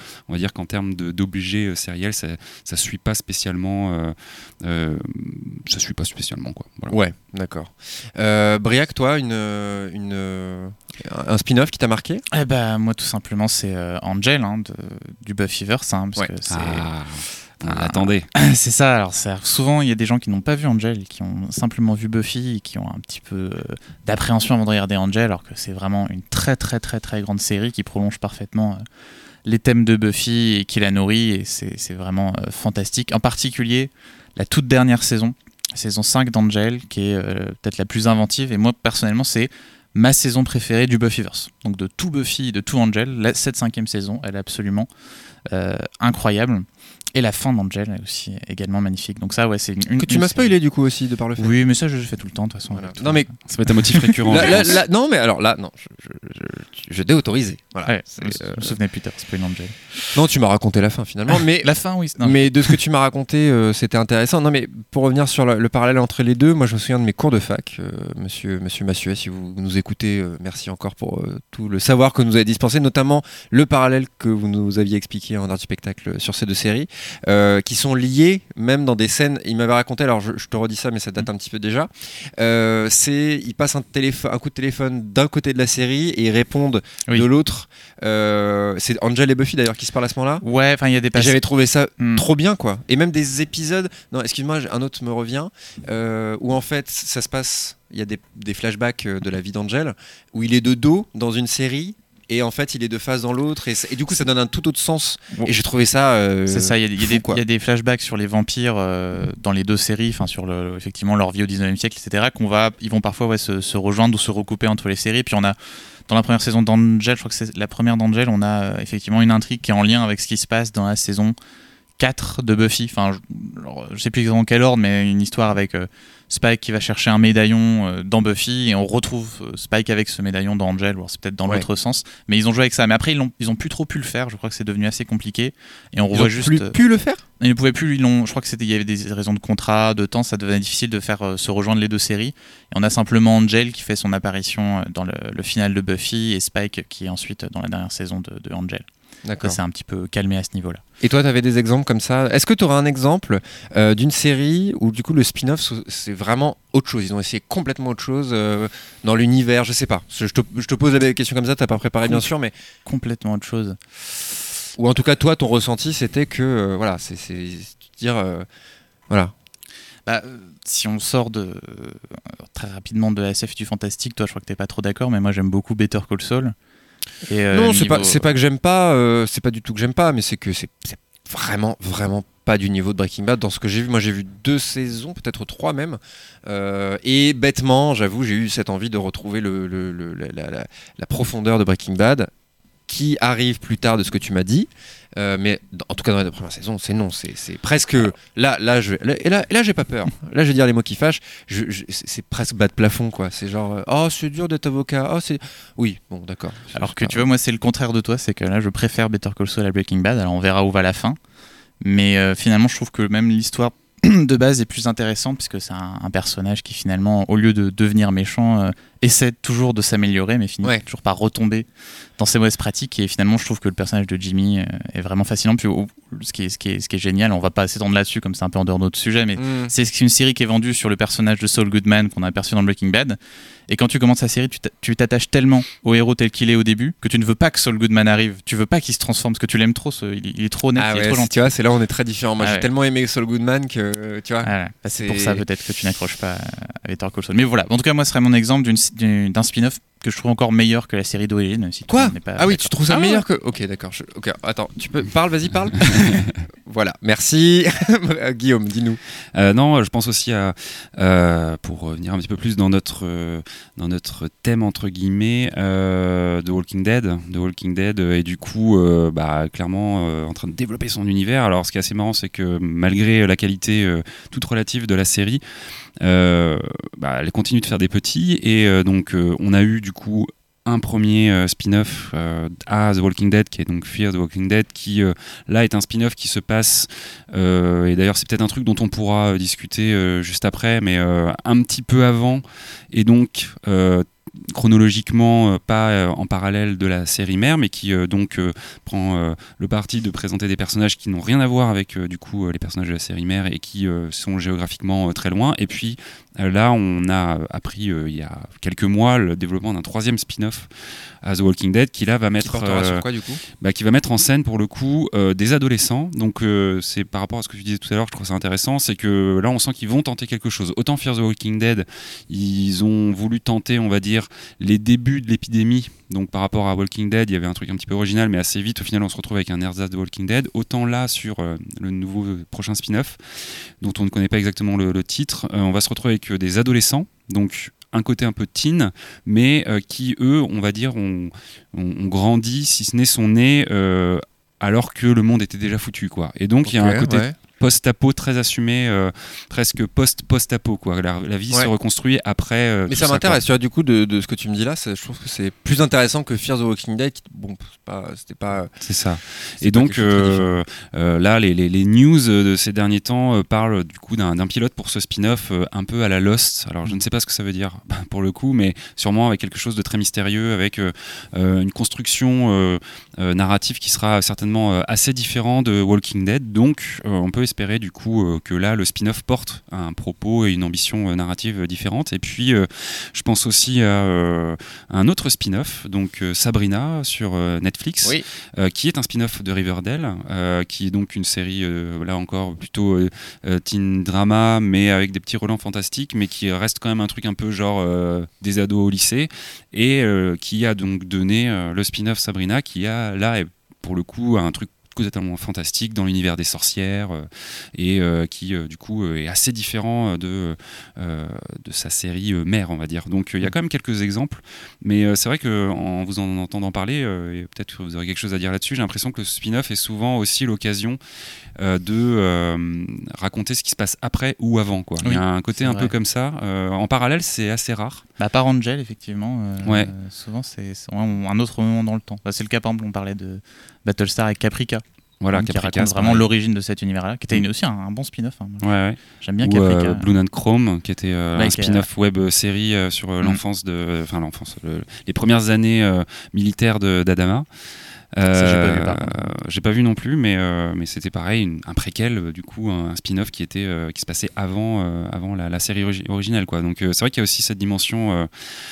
on va dire qu'en termes de, d'objets euh, sériels, ça, ça suit pas spécialement, euh, euh, ça suit pas spécialement quoi. Voilà. Ouais, d'accord. Euh, Briac, toi, une, une, euh, un spin-off qui t'a marqué? Eh ben, moi, tout simplement, c'est euh, Angel hein, de, du Buffyverse. Hein, parce Ouais. que c'est, Ah, on Ah. l'attendait. c'est ça. Alors, c'est, souvent, il y a des gens qui n'ont pas vu Angel, qui ont simplement vu Buffy et qui ont un petit peu euh, d'appréhension avant de regarder Angel, alors que c'est vraiment une très, très, très, très grande série qui prolonge parfaitement euh, les thèmes de Buffy et qui la nourrit. Et c'est, c'est vraiment euh, fantastique. En particulier, la toute dernière saison, saison cinq d'Angel, qui est euh, peut-être la plus inventive. Et moi, personnellement, c'est ma saison préférée du Buffyverse. Donc de tout Buffy, de tout Angel, la, cette cinquième saison, elle est absolument euh, incroyable. Et la fin d'Angel est aussi également magnifique. Donc ça, ouais, c'est une... une Que tu une m'as série. spoilé du coup aussi de par le fait. Oui, mais ça, je le fais tout le temps, de toute façon. Voilà. avec tout Non, le mais- monde. Ça va être un motif récurrent. Là, je là, pense. là- non mais alors là non je, je, je, je déautorisé voilà. Ouais, C'est, je euh, me souvenais plus tard, spoil Angel. non tu m'as raconté la fin finalement mais La fin, oui. non, mais de ce que tu m'as raconté euh, c'était intéressant. Non mais pour revenir sur le, le parallèle entre les deux, moi je me souviens de mes cours de fac, euh, monsieur monsieur Massuet, si vous nous écoutez, euh, merci encore pour euh, tout le savoir que nous avez dispensé, notamment le parallèle que vous nous aviez expliqué en art du spectacle sur ces deux séries, euh, qui sont liées même dans des scènes. Il m'avait raconté, alors je, je te redis ça mais ça date un petit peu déjà, euh, c'est il passe un, téléphone, un coup de téléphone d'un côté de la série et ils répondent Oui. de l'autre. Euh, c'est Angel et Buffy d'ailleurs qui se parlent à ce moment-là. Ouais, enfin, il y a des Et passages. j'avais trouvé ça Hmm. trop bien quoi. Et même des épisodes, non excuse-moi, j'ai- un autre me revient, euh, où en fait ça se passe, il y a des, des flashbacks euh, de la vie d'Angel, où il est de dos dans une série, et en fait il est de face dans l'autre, et, c'est- et du coup ça donne un tout autre sens. Bon. Et j'ai trouvé ça... euh, C'est ça, il y a, il y a fou, des- quoi. il y a des flashbacks sur les vampires euh, dans les deux séries, enfin sur le, effectivement leur vie au dix-neuvième siècle, et cetera. Qu'on va, ils vont parfois ouais, se, se rejoindre ou se recouper entre les séries. Puis on a dans la première saison d'Angel, je crois que c'est la première d'Angel, on a euh, effectivement une intrigue qui est en lien avec ce qui se passe dans la saison quatre de Buffy. Enfin, je, alors, je sais plus exactement quel ordre, mais une histoire avec euh, Spike qui va chercher un médaillon euh, dans Buffy et on retrouve euh, Spike avec ce médaillon dans Angel. Ou c'est peut-être dans Ouais. l'autre sens, mais ils ont joué avec ça. Mais après, ils ont, ils ont plus trop pu le faire. Je crois que c'est devenu assez compliqué et on Ils revoit ont juste. plus euh, pu le faire. Ils ne pouvaient plus, ils l'ont, je crois que c'était, il y avait des raisons de contrat, de temps, ça devenait difficile de faire euh, se rejoindre les deux séries. Et on a simplement Angel qui fait son apparition euh, dans le, le final de Buffy et Spike qui est ensuite dans la dernière saison de, de Angel. Ça D'accord. s'est un petit peu calmé à ce niveau-là. Et toi, tu avais des exemples comme ça. Est-ce que tu aurais un exemple euh, d'une série où du coup le spin-off c'est vraiment autre chose? Ils ont essayé complètement autre chose euh, dans l'univers, je sais pas. Je te, je te pose des questions comme ça, t'as pas préparé bien sûr, mais Complètement autre chose. ou en tout cas toi, ton ressenti c'était que euh, voilà, c'est c'est dire euh, voilà. Bah, euh, si on sort de, euh, très rapidement de la S F et du fantastique, toi je crois que t'es pas trop d'accord, mais moi j'aime beaucoup Better Call Saul. Et, euh, non, c'est niveau- pas c'est pas que j'aime pas, euh, c'est pas du tout que j'aime pas, mais c'est que c'est c'est vraiment vraiment pas du niveau de Breaking Bad dans ce que j'ai vu. Moi j'ai vu deux saisons, peut-être trois même, euh, et bêtement, j'avoue, j'ai eu cette envie de retrouver le, le- le- la, la- la- la profondeur de Breaking Bad, qui arrive plus tard de ce que tu m'as dit, euh, mais dans- en tout cas dans la première saison, c'est non, c'est c'est presque là là je là, et là et là j'ai pas peur. Là je vais dire les mots qui fâchent. Je, je- c'est c'est presque bas de plafond quoi. C'est genre euh, oh c'est dur d'être avocat. Oh c'est oui bon d'accord. Alors que tu vois, moi c'est le contraire de toi, c'est que là je préfère Better Call Saul à Breaking Bad. Alors on verra où va la fin, mais euh, finalement je trouve que même l'histoire de base est plus intéressante puisque c'est un, un personnage qui finalement, au lieu de devenir méchant, euh, essaie toujours de s'améliorer, mais finit Ouais. toujours par retomber dans ses mauvaises pratiques. Et finalement, je trouve que le personnage de Jimmy euh, est vraiment fascinant. Puis au- ce qui est, ce qui est, ce qui est génial, on va pas s'étendre là-dessus comme c'est un peu en dehors de notre sujet, mais Mm. c'est c'est une série qui est vendue sur le personnage de Saul Goodman qu'on a aperçu dans Breaking Bad. Et quand tu commences la série, tu t'a- tu t'attaches tellement au héros tel qu'il est au début que tu ne veux pas que Saul Goodman arrive. Tu veux pas qu'il se transforme parce que tu l'aimes trop. ce- il, il est trop honnête, Ah il est ouais, trop c'est- gentil. tu vois, c'est là où on est très différents. Moi, Ah j'ai ouais. tellement aimé Saul Goodman que euh, tu vois. Voilà. Bah, c'est pour C'est- ça peut-être que tu n'accroches pas à Better Call Saul. Mais voilà, en tout cas, moi, ce serait mon exemple d'une- d'une- d'un spin-off que je trouve encore meilleur que la série d'origine. Si tout le Quoi monde n'est pas Ah oui, d'accord. tu trouves ça Ah meilleur que. Ok, d'accord. je- Ok, attends, tu peux. Parle, vas-y, parle. Voilà, merci. Guillaume, dis-nous. Euh, non, je pense aussi à, euh, pour revenir un petit peu plus dans notre, euh, dans notre thème, entre guillemets, euh, de Walking Dead. De Walking Dead euh, et du coup, euh, bah, clairement, euh, en train de développer son univers. Alors, ce qui est assez marrant, c'est que malgré la qualité euh, toute relative de la série, euh, bah, elle continue de faire des petits. Et euh, donc, euh, on a eu du coup un premier euh, spin-off euh, à The Walking Dead, qui est donc Fear the Walking Dead, qui euh, là est un spin-off qui se passe, euh, et d'ailleurs c'est peut-être un truc dont on pourra euh, discuter euh, juste après, mais euh, un petit peu avant, et donc euh, chronologiquement euh, pas euh, en parallèle de la série mère, mais qui euh, donc euh, prend euh, le parti de présenter des personnages qui n'ont rien à voir avec euh, du coup euh, les personnages de la série mère et qui euh, sont géographiquement euh, très loin. Et puis euh, là, on a appris euh, il y a quelques mois le développement d'un troisième spin-off à The Walking Dead qui là va Qui mettre portera euh, sur quoi du coup? bah, qui va mettre en scène pour le coup euh, des adolescents. Donc euh, c'est par rapport à ce que tu disais tout à l'heure, je trouve ça intéressant, c'est que là on sent qu'ils vont tenter quelque chose. Autant Fear the Walking Dead, ils ont voulu tenter, on va dire, les débuts de l'épidémie. Donc par rapport à Walking Dead, il y avait un truc un petit peu original, mais assez vite au final on se retrouve avec un ersatz de Walking Dead. Autant là sur euh, le nouveau euh, prochain spin-off, dont on ne connaît pas exactement le, le titre, euh, on va se retrouver avec euh, des adolescents. Donc un côté un peu teen, mais euh, qui, eux, on va dire, ont, ont, ont grandi, si ce n'est sont nés, euh, alors que le monde était déjà foutu, quoi. Et donc, il Ok, y a un côté ouais. post-apo très assumé, euh, presque post-post-apo, quoi. La, la vie Ouais. se reconstruit après. euh, Mais tout ça quoi. m'intéresse, tu vois, du coup, de, de ce que tu me dis là, c'est- je trouve que c'est plus intéressant que Fear the Walking Dead. Qui, bon, c'est pas, c'était pas. C'est ça. c'est Et pas donc quelque chose de très euh, euh, là, les, les, les news de ces derniers temps euh, parlent du coup d'un d'un pilote pour ce spin-off euh, un peu à la Lost. Alors je ne sais pas ce que ça veut dire pour le coup, mais sûrement avec quelque chose de très mystérieux, avec euh, euh, une construction euh, euh, narrative qui sera certainement euh, assez différent de Walking Dead. Donc euh, on peut espérer du coup euh, que là le spin-off porte un propos et une ambition euh, narrative euh, différente. Et puis euh, je pense aussi à euh, un autre spin-off, donc euh, Sabrina sur euh, Netflix. Oui. Euh, qui est un spin-off de Riverdale, euh, qui est donc une série, euh, là encore, plutôt euh, euh, teen drama, mais avec des petits relents fantastiques, mais qui reste quand même un truc un peu genre euh, des ados au lycée, et euh, qui a donc donné euh, le spin-off Sabrina, qui a là, est, pour le coup, un truc totalement fantastique dans l'univers des sorcières euh, et euh, qui euh, du coup euh, est assez différent de, euh, de sa série euh, mère, on va dire. Donc il euh, y a quand même quelques exemples, mais euh, c'est vrai qu'en vous en entendant parler, euh, et peut-être que vous aurez quelque chose à dire là-dessus, j'ai l'impression que le spin-off est souvent aussi l'occasion euh, de euh, raconter ce qui se passe après ou avant, quoi. Il Oui, y a un côté c'est un vrai. peu comme ça. Euh, en parallèle, c'est assez rare. Bah, par Angel, effectivement, euh, Ouais. euh, souvent c'est c'est vraiment un autre moment dans le temps. Bah, c'est le cas, par exemple, on parlait de Battlestar avec Caprica, Voilà, hein, qui Caprica, raconte c'est vraiment pareil. l'origine de cet univers-là, qui était une- aussi un, un bon spin-off. hein. Ouais, ouais. J'aime bien Ou Caprica. euh, Blue and Chrome, qui était euh, Ouais, un qui est- spin-off web euh, série euh, sur euh, Mm. l'enfance de, enfin l'enfance, le- les premières années euh, militaires de- d'Adama. Ça, j'ai pas vu, par contre. Euh, j'ai pas vu non plus, mais euh, mais c'était pareil, une- un préquel, euh, du coup, un, un spin-off qui était euh, qui se passait avant euh, avant la, la série origi- originale, quoi. Donc euh, c'est vrai qu'il y a aussi cette dimension euh,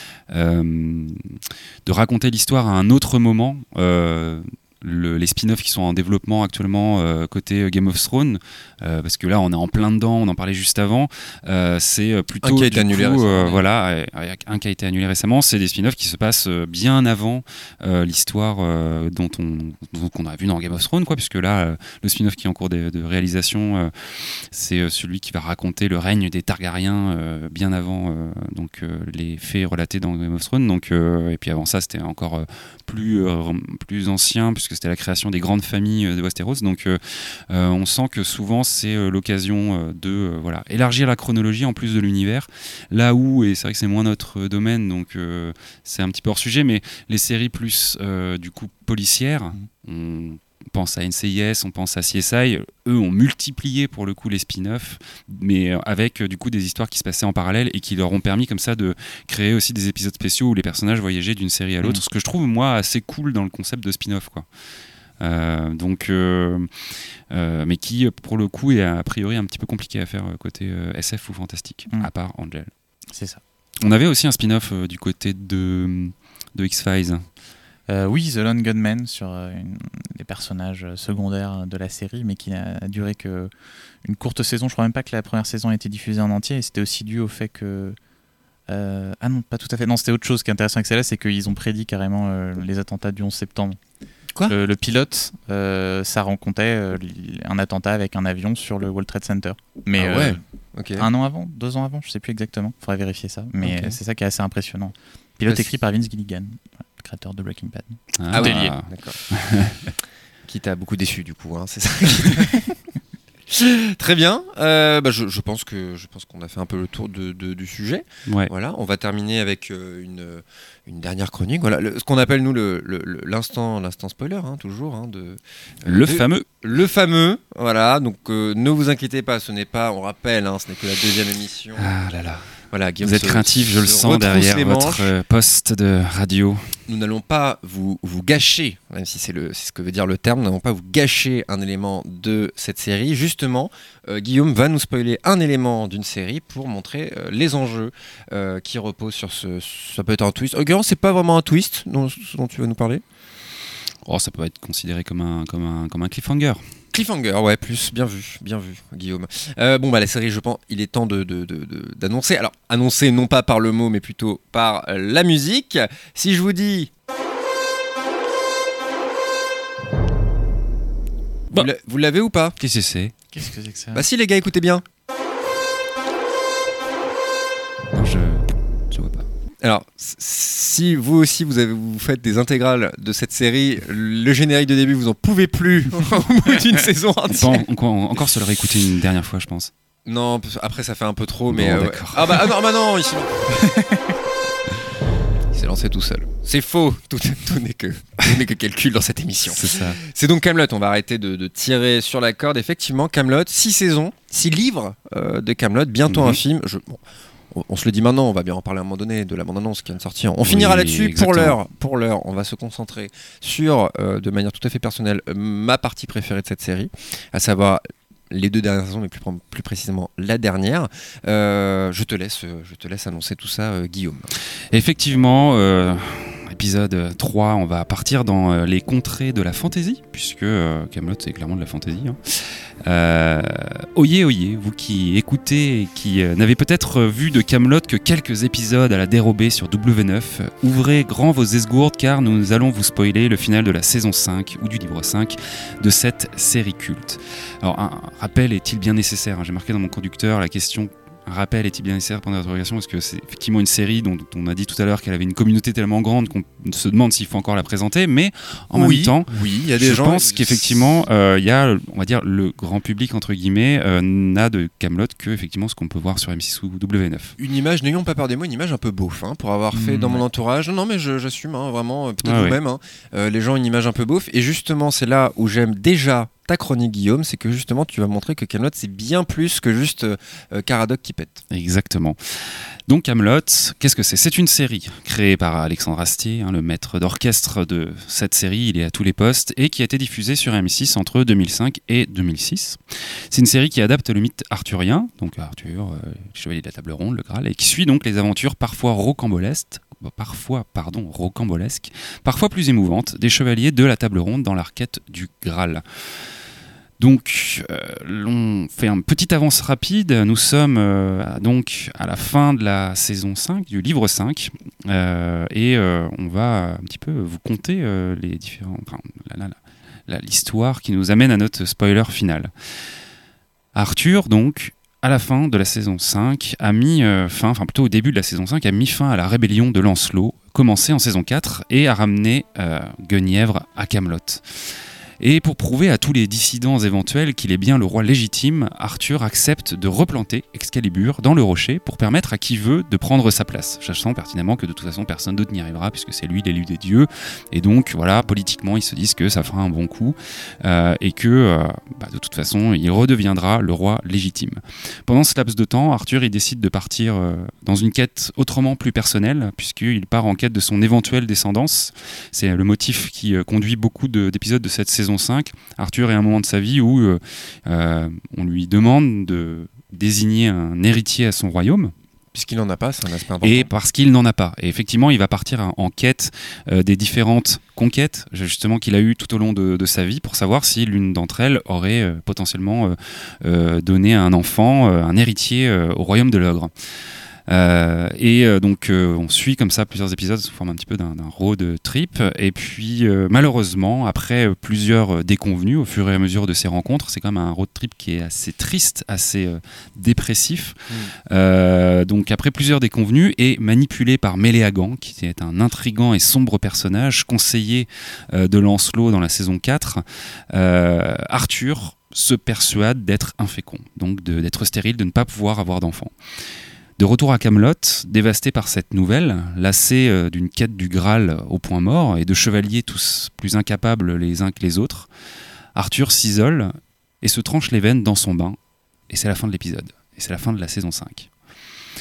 euh, de raconter l'histoire à un autre moment. Euh, le- les spin-offs qui sont en développement actuellement euh, côté Game of Thrones, euh, parce que là on est en plein dedans, on en parlait juste avant, euh, c'est euh, plutôt Un qui a été du annulé coup, récemment, euh, d'ailleurs. voilà, euh, un qui a été annulé récemment, c'est des spin-offs qui se passent euh, bien avant euh, l'histoire euh, dont on dont qu'on a vu dans Game of Thrones, quoi, puisque là euh, le spin-off qui est en cours de, de réalisation, euh, c'est euh, celui qui va raconter le règne des Targaryens euh, bien avant euh, donc euh, les faits relatés dans Game of Thrones. Donc euh, et puis avant ça c'était encore euh, plus euh, plus ancien, puisque c'était la création des grandes familles euh, de Westeros. Donc euh, euh, on sent que souvent c'est euh, l'occasion euh, de euh, voilà, élargir la chronologie en plus de l'univers, là où, et c'est vrai que c'est moins notre euh, domaine, donc euh, c'est un petit peu hors sujet, mais les séries plus euh, du coup policières, on pense à N C I S, on pense à C S I, eux ont multiplié pour le coup les spin-offs, mais euh, avec euh, du coup des histoires qui se passaient en parallèle et qui leur ont permis comme ça de créer aussi des épisodes spéciaux où les personnages voyageaient d'une série à l'autre, Mmh. ce que je trouve moi assez cool dans le concept de spin-off, quoi. Euh, donc, euh, euh, mais qui pour le coup est a priori un petit peu compliqué à faire euh, côté euh, S F ou fantastique, Mm. à part Angel. C'est ça. On avait aussi un spin-off euh, du côté de, de X-Files. Euh, oui, The Lone Gunman sur euh, une- des personnages euh, secondaires de la série, mais qui n'a duré que une courte saison. Je crois même pas que la première saison ait été diffusée en entier, et c'était aussi dû au fait que euh, ah non, pas tout à fait. Non, c'était autre chose qui est intéressant avec celle-là, c'est qu'ils ont prédit carrément euh, les attentats du onze septembre. Quoi le, le pilote, euh, ça racontait euh, li- un attentat avec un avion sur le World Trade Center. Mais Ah ouais. euh, Ok. un an avant, deux ans avant, je sais plus exactement. Faudrait vérifier ça. Mais Ok. euh, c'est ça qui est assez impressionnant. Pilote Parce- écrit par Vince Gilligan, le créateur de Breaking Bad. Ah, oui. lié. D'accord. Qui t'a beaucoup déçu du coup, hein, c'est ça. Très bien. Euh, bah, je, je pense que je pense qu'on a fait un peu le tour de, de- du sujet. Ouais. Voilà, on va terminer avec euh, une, une dernière chronique. Voilà, le- ce qu'on appelle nous le, le- le- l'instant l'instant spoiler, hein, toujours. Hein, de, euh, Le de- fameux. Le fameux. Voilà. Donc euh, ne vous inquiétez pas, ce n'est pas. On rappelle, hein, ce n'est que la deuxième émission. Ah là là. Voilà, Guillaume Vous êtes se- créatif, je le se sens retrousse derrière les votre manches. euh, poste de radio. Nous n'allons pas vous, vous gâcher, même si c'est, le, c'est ce que veut dire le terme, nous n'allons pas vous gâcher un élément de cette série. Justement, euh, Guillaume va nous spoiler un élément d'une série pour montrer euh, les enjeux euh, qui reposent sur ce... Ça peut être un twist. Oh, Guillaume, c'est pas vraiment un twist dont, ce dont tu vas nous parler. Oh, ça peut être considéré comme un, comme un, comme un cliffhanger. Cliffhanger, ouais, plus, bien vu, bien vu, Guillaume. Euh, bon, bah la série, je pense, il est temps de, de- de- de- d'annoncer. Alors, annoncer non pas par le mot, mais plutôt par euh, la musique. Si je vous dis... Bah. Vous, l'a- vous l'avez ou pas? Qu'est-ce que c'est? Qu'est-ce que c'est que ça? Bah si les gars, écoutez bien. Non, je... je vois pas. Alors, s- si vous aussi vous, avez, vous faites des intégrales de cette série, le générique de début, vous en pouvez plus au bout d'une saison On peut entière. en- encore, encore se le réécouter une dernière fois, je pense. Non, p- après ça fait un peu trop, mais... Bon, euh, ouais. d'accord. Ah bah ah non, bah non, ici. Il s'est lancé tout seul. C'est faux, tout, tout n'est que, tout n'est que calcul dans cette émission. C'est ça. C'est donc Kaamelott, on va arrêter de, de tirer sur la corde. Effectivement, Kaamelott, six saisons, six livres euh, de Kaamelott, bientôt Mhm. un film. Je, bon, on, on se le dit maintenant, on va bien en parler à un moment donné de la bande-annonce qui vient de sortir. On finira Oui, là-dessus. exactement. Pour l'heure, pour l'heure, on va se concentrer sur, euh, de manière tout à fait personnelle, euh, ma partie préférée de cette série, à savoir les deux dernières saisons, mais plus, pr- plus précisément la dernière. Euh, je, te laisse, euh, je te laisse annoncer tout ça, euh, Guillaume. Effectivement, euh, épisode trois, on va partir dans euh, les contrées de la fantasy, puisque euh, Kaamelott c'est clairement de la fantasy. Hein. Euh, oyez, oyez, vous qui écoutez et qui euh, n'avez peut-être vu de Kaamelott que quelques épisodes à la dérobée sur W neuf, euh, ouvrez grand vos esgourdes car nous allons vous spoiler le final de la saison cinq ou du livre cinq de cette série culte. Alors un rappel est-il bien nécessaire, hein? J'ai marqué dans mon conducteur la question: un rappel est-il bien nécessaire pendant l'interrogation, parce que c'est effectivement une série dont, dont on a dit tout à l'heure qu'elle avait une communauté tellement grande qu'on se demande s'il faut encore la présenter, mais en oui, même temps, oui, il y a des je gens. pense qu'effectivement, euh, il y a, on va dire, le grand public entre guillemets euh, n'a de Kaamelott que effectivement ce qu'on peut voir sur M six ou W neuf. Une image, n'ayons pas peur des mots, une image un peu beauf, hein, pour avoir fait Mmh, dans mon ouais. entourage. Non, mais je- j'assume, hein, vraiment, euh, peut-être Ah ouais. vous-même, hein, euh, les gens, une image un peu beauf. Et justement, c'est là où j'aime déjà ta chronique, Guillaume, c'est que justement, tu vas montrer que Kaamelott, c'est bien plus que juste euh, euh, Caradoc qui pète. Exactement. Donc Kaamelott, qu'est-ce que c'est? C'est une série créée par Alexandre Astier, hein, le maître d'orchestre de cette série, il est à tous les postes, et qui a été diffusée sur M six entre deux mille cinq et deux mille six. C'est une série qui adapte le mythe arthurien, donc Arthur, euh, le chevalier de la table ronde, le Graal, et qui suit donc les aventures parfois rocambolesques, parfois, pardon, rocambolesques, parfois plus émouvantes, des chevaliers de la table ronde dans leur quête du Graal. Donc, euh, on fait une petite avance rapide. Nous sommes euh, à- donc à la fin de la saison cinq, du livre cinq, euh, et euh, on va un petit peu vous conter euh, les différents, enfin, la- la- la- l'histoire qui nous amène à notre spoiler final. Arthur, donc, à la fin de la saison cinq, a mis euh, fin, enfin plutôt au début de la saison cinq, a mis fin à la rébellion de Lancelot, commencée en saison quatre, et a ramené euh, Guenièvre à Kaamelott. Et pour prouver à tous les dissidents éventuels qu'il est bien le roi légitime, Arthur accepte de replanter Excalibur dans le rocher pour permettre à qui veut de prendre sa place, sachant pertinemment que de toute façon personne d'autre n'y arrivera puisque c'est lui l'élu des dieux. Et donc voilà, politiquement ils se disent que ça fera un bon coup euh, et que euh, bah, de toute façon il redeviendra le roi légitime. Pendant ce laps de temps, Arthur il décide de partir euh, dans une quête autrement plus personnelle puisqu'il part en quête de son éventuelle descendance. C'est le motif qui euh, conduit beaucoup de, d'épisodes de cette saison cinq. Arthur est à un moment de sa vie où euh, euh, on lui demande de désigner un héritier à son royaume. Puisqu'il n'en a pas, c'est un aspect important. Et parce qu'il n'en a pas. Et effectivement, il va partir en, en quête euh, des différentes conquêtes justement qu'il a eues tout au long de, de sa vie pour savoir si l'une d'entre elles aurait euh, potentiellement euh, euh, donné un enfant, euh, un héritier euh, au royaume de l'ogre. Euh, et euh, donc euh, on suit comme ça plusieurs épisodes sous forme un petit peu d'un, d'un road trip et puis euh, malheureusement après euh, plusieurs euh, déconvenues au fur et à mesure de ces rencontres, c'est quand même un road trip qui est assez triste, assez euh, dépressif. Mmh. Euh, donc après plusieurs déconvenues et manipulé par Méléagant qui est un intrigant et sombre personnage conseiller euh, de Lancelot dans la saison quatre, euh, Arthur se persuade d'être infécond, donc de, d'être stérile, de ne pas pouvoir avoir d'enfant. De retour à Kaamelott, dévasté par cette nouvelle, lassé euh, d'une quête du Graal au point mort et de chevaliers tous plus incapables les uns que les autres, Arthur s'isole et se tranche les veines dans son bain. Et c'est la fin de l'épisode. Et c'est la fin de la saison cinq.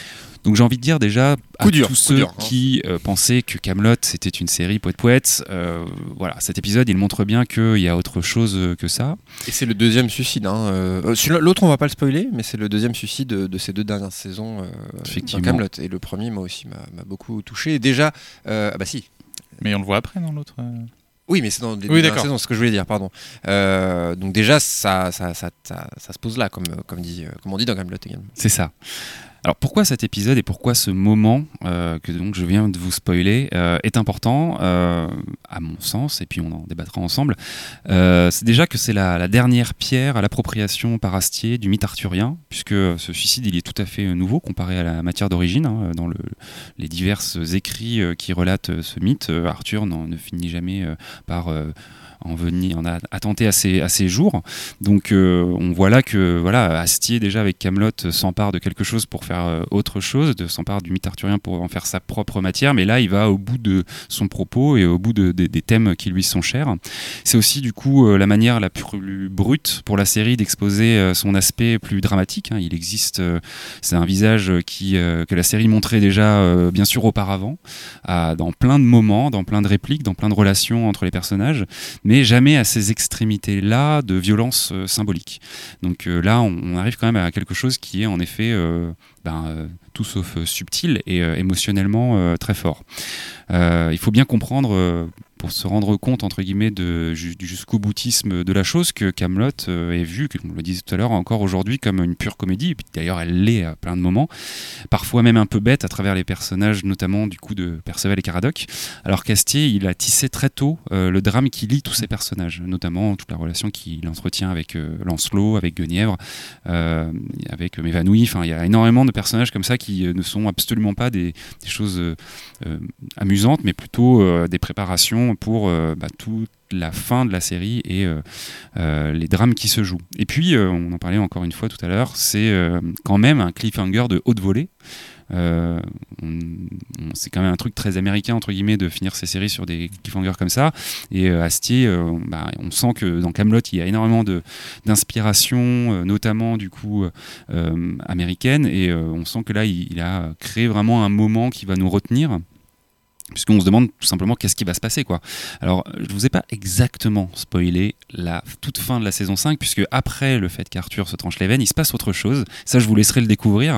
Donc j'ai envie de dire déjà à Coup dur, tous coup ceux dur, hein. qui euh, pensaient que Kaamelott c'était une série poète poète, euh, voilà, cet épisode il montre bien qu'il y a autre chose euh, que ça. Et c'est le deuxième suicide. Hein. Euh, celui-là- l'autre, on va pas le spoiler, mais c'est le deuxième suicide de, de ces deux dernières saisons euh, Effectivement. dans Kaamelott. Et le premier, moi aussi, m'a, m'a beaucoup touché. Et déjà, euh, ah bah si. Mais on le voit après dans l'autre. euh. Oui, mais c'est dans les deux Oui, dernières d'accord. saisons, c'est ce que je voulais dire, pardon. Euh, donc déjà, ça, ça, ça, ça, ça se pose là, comme, comme, dit, euh, comme on dit dans Kaamelott également. C'est ça. Alors pourquoi cet épisode et pourquoi ce moment euh, que donc je viens de vous spoiler euh, est important euh, à mon sens, et puis on en débattra ensemble. Euh, c'est déjà que c'est la, la dernière pierre à l'appropriation par Astier du mythe arthurien, puisque ce suicide il est tout à fait nouveau comparé à la matière d'origine. Hein, dans le, les divers écrits euh, qui relatent euh, ce mythe, euh, Arthur n'en, ne finit jamais euh, par euh, en venir, en a attenté à ses, à ses jours. Donc euh, on voit là que voilà, Astier déjà avec Kaamelott s'empare de quelque chose pour faire euh, autre chose, de s'empare du mythe arthurien pour en faire sa propre matière, mais là il va au bout de son propos et au bout de, de, des thèmes qui lui sont chers. C'est aussi du coup euh, la manière la plus brute pour la série d'exposer euh, son aspect plus dramatique. Hein. Il existe, euh, c'est un visage qui, euh, que la série montrait déjà euh, bien sûr auparavant, à, dans plein de moments, dans plein de répliques, dans plein de relations entre les personnages, mais mais jamais à ces extrémités-là de violence euh, symbolique. Donc euh, là, on, on arrive quand même à quelque chose qui est en effet euh, ben, euh, tout sauf euh, subtil et euh, émotionnellement euh, très fort. Euh, il faut bien comprendre, euh, pour se rendre compte, entre guillemets, de, ju- du jusqu'au boutisme de la chose, que Kaamelott euh, est vu, comme on le disait tout à l'heure, encore aujourd'hui comme une pure comédie, et puis d'ailleurs elle l'est à plein de moments, parfois même un peu bête à travers les personnages, notamment du coup de Perceval et Caradoc, alors qu'Astier, il a tissé très tôt euh, le drame qui lie tous ces personnages, notamment toute la relation qu'il entretient avec euh, Lancelot, avec Guenièvre, euh, avec Mévanouille. Enfin, il y a énormément de personnages comme ça qui euh, ne sont absolument pas des, des choses euh, euh, amusantes, mais plutôt euh, des préparations pour euh, bah, toute la fin de la série et euh, euh, les drames qui se jouent. Et puis, euh, on en parlait encore une fois tout à l'heure, c'est euh, quand même un cliffhanger de haute volée. Euh, on, on, c'est quand même un truc très américain entre guillemets de finir ces séries sur des cliffhangers comme ça, et euh, Astier euh, bah, on sent que dans Kaamelott il y a énormément de, d'inspiration euh, notamment du coup euh, américaine, et euh, on sent que là il, il a créé vraiment un moment qui va nous retenir, puisqu'on se demande tout simplement qu'est-ce qui va se passer, quoi. Alors, je ne vous ai pas exactement spoilé la toute fin de la saison cinq, puisque après le fait qu'Arthur se tranche les veines, il se passe autre chose. Ça, je vous laisserai le découvrir,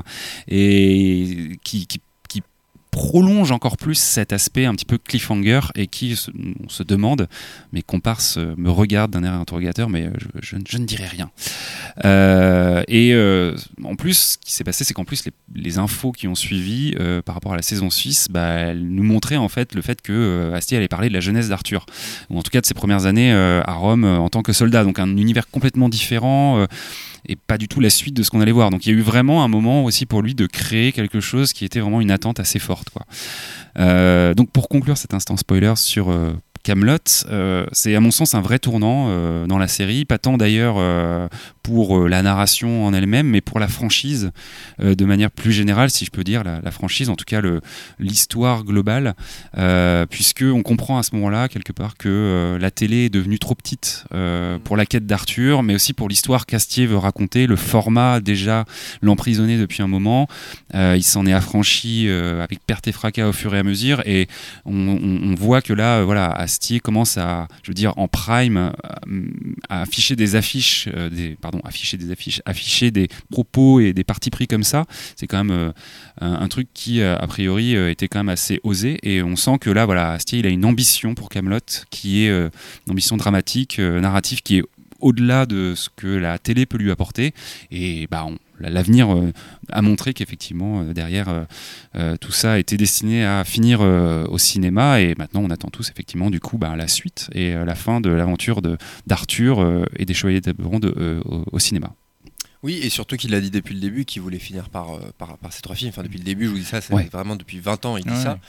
et qui, qui, qui prolonge encore plus cet aspect un petit peu cliffhanger, et qui, on se demande, mes comparses me regardent d'un air interrogateur, mais je, je, je ne dirai rien. Euh, et euh, en plus, ce qui s'est passé, c'est qu'en plus les, les infos qui ont suivi euh, par rapport à la saison six, bah, elles nous montraient en fait le fait que euh, Astier allait parler de la jeunesse d'Arthur, ou en tout cas de ses premières années euh, à Rome euh, en tant que soldat, donc un univers complètement différent euh, et pas du tout la suite de ce qu'on allait voir. Donc il y a eu vraiment un moment aussi pour lui de créer quelque chose qui était vraiment une attente assez forte, quoi. Euh, donc pour conclure cet instant spoiler sur euh, Kaamelott, euh, c'est à mon sens un vrai tournant euh, dans la série, pas tant d'ailleurs euh, pour euh, la narration en elle-même, mais pour la franchise euh, de manière plus générale, si je peux dire, la, la franchise, en tout cas le, l'histoire globale, euh, puisqu'on comprend à ce moment-là, quelque part, que euh, la télé est devenue trop petite euh, pour la quête d'Arthur, mais aussi pour l'histoire qu'Astier veut raconter, le format déjà l'emprisonnait depuis un moment, euh, il s'en est affranchi euh, avec perte et fracas au fur et à mesure, et on, on, on voit que là, euh, voilà, Astier commence à, je veux dire, en prime, à, à afficher des affiches, euh, des, pardon, afficher des affiches, afficher des propos et des partis pris comme ça. C'est quand même euh, un, un truc qui, euh, a priori, euh, était quand même assez osé. Et on sent que là, voilà, Astier, il a une ambition pour Kaamelott qui est euh, une ambition dramatique, euh, narrative, qui est au-delà de ce que la télé peut lui apporter. Et bah, on, l'avenir euh, a montré qu'effectivement, euh, derrière, euh, euh, tout ça était destiné à finir euh, au cinéma. Et maintenant, on attend tous, effectivement, du coup, bah, la suite et euh, la fin de l'aventure de, d'Arthur euh, et des Chevaliers d'Oberon de, euh, au, au cinéma. Oui, et surtout qu'il a dit depuis le début qu'il voulait finir par, euh, par, par ces trois films. Enfin, depuis le début, je vous dis ça, c'est Ouais. vraiment depuis vingt ans, il dit Ouais. ça.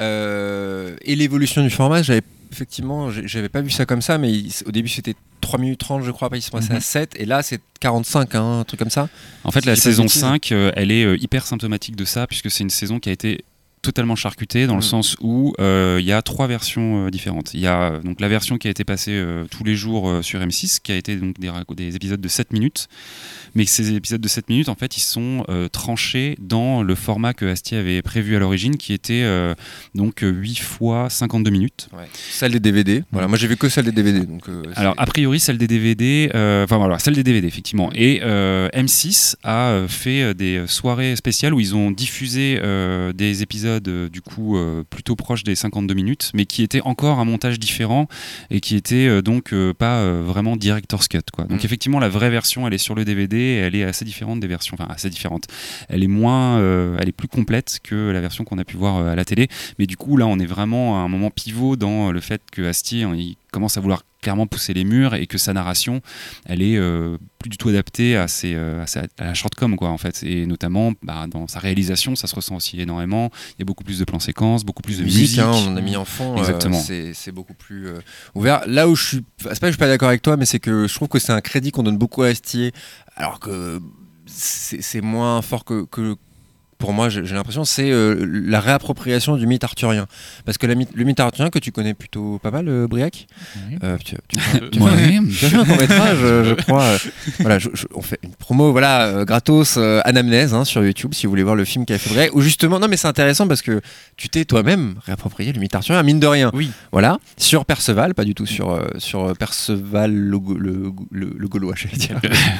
Euh, et l'évolution du format, j'avais effectivement, j'avais pas vu ça comme ça, mais il, au début c'était trois minutes trente, je crois, après ils sont passés Mhm. à sept, et là c'est quarante-cinq, hein, un truc comme ça. En fait, Si la je dis pas de saison bêtises. cinq, euh, elle est euh, hyper symptomatique de ça, puisque c'est une saison qui a été totalement charcuté dans Mm. le sens où euh, il y a trois versions euh, différentes. Il y a euh, donc la version qui a été passée euh, tous les jours euh, sur M six, qui a été donc des, des épisodes de sept minutes. Mais ces épisodes de sept minutes, en fait, ils sont euh, tranchés dans le format que Astier avait prévu à l'origine, qui était euh, donc huit fois cinquante-deux minutes. Ouais. Celle des D V D. Voilà, moi j'ai vu que celle des D V D. Donc, euh, Alors, c'est- a priori, celle des D V D, euh, enfin voilà, celle des D V D, effectivement. Et euh, M six a euh, fait euh, des soirées spéciales où ils ont diffusé euh, des épisodes, euh, du coup, euh, plutôt proches des cinquante-deux minutes, mais qui étaient encore un montage différent et qui étaient euh, donc euh, pas euh, vraiment director's cut, quoi. Donc, Mm. effectivement, la vraie version, elle est sur le D V D et elle est assez différente des versions, enfin, assez différente. Elle est moins, euh, elle est plus complète que la version qu'on a pu voir euh, à la télé. Mais du coup, là, on est vraiment à un moment pivot dans le fait que Astier, hein, il commence à vouloir clairement pousser les murs et que sa narration, elle est euh, plus du tout adaptée à, ses, euh, à, sa, à la shortcom, quoi, en fait. Et notamment, bah, dans sa réalisation, ça se ressent aussi énormément. Il y a beaucoup plus de plans séquences, beaucoup plus de musique. musique, hein, on en a mis en fond. Exactement. euh, c'est, c'est beaucoup plus euh, ouvert. Là où je suis, c'est pas que je suis pas d'accord avec toi, mais c'est que je trouve que c'est un crédit qu'on donne beaucoup à Astier, alors que c'est, c'est moins fort que, que pour moi, j'ai, j'ai l'impression, c'est euh, la réappropriation du mythe arthurien. Parce que la mythe- le mythe arthurien que tu connais plutôt pas mal, euh, Briac, Oui. euh, tu, tu- Euh, tu- Ouais. tu as fait un court métrage, je crois. euh, voilà, je- je- on fait une promo, voilà, euh, gratos, euh, Anamnèse, hein, sur YouTube, si vous voulez voir le film qu'a fait Briac. Où justement, non, mais c'est intéressant parce que tu t'es toi-même réapproprié le mythe arthurien, mine de rien. Oui. Voilà, sur Perceval, pas du tout sur, euh, sur Perceval le, go- le, le, le Gaulois, j'allais dire.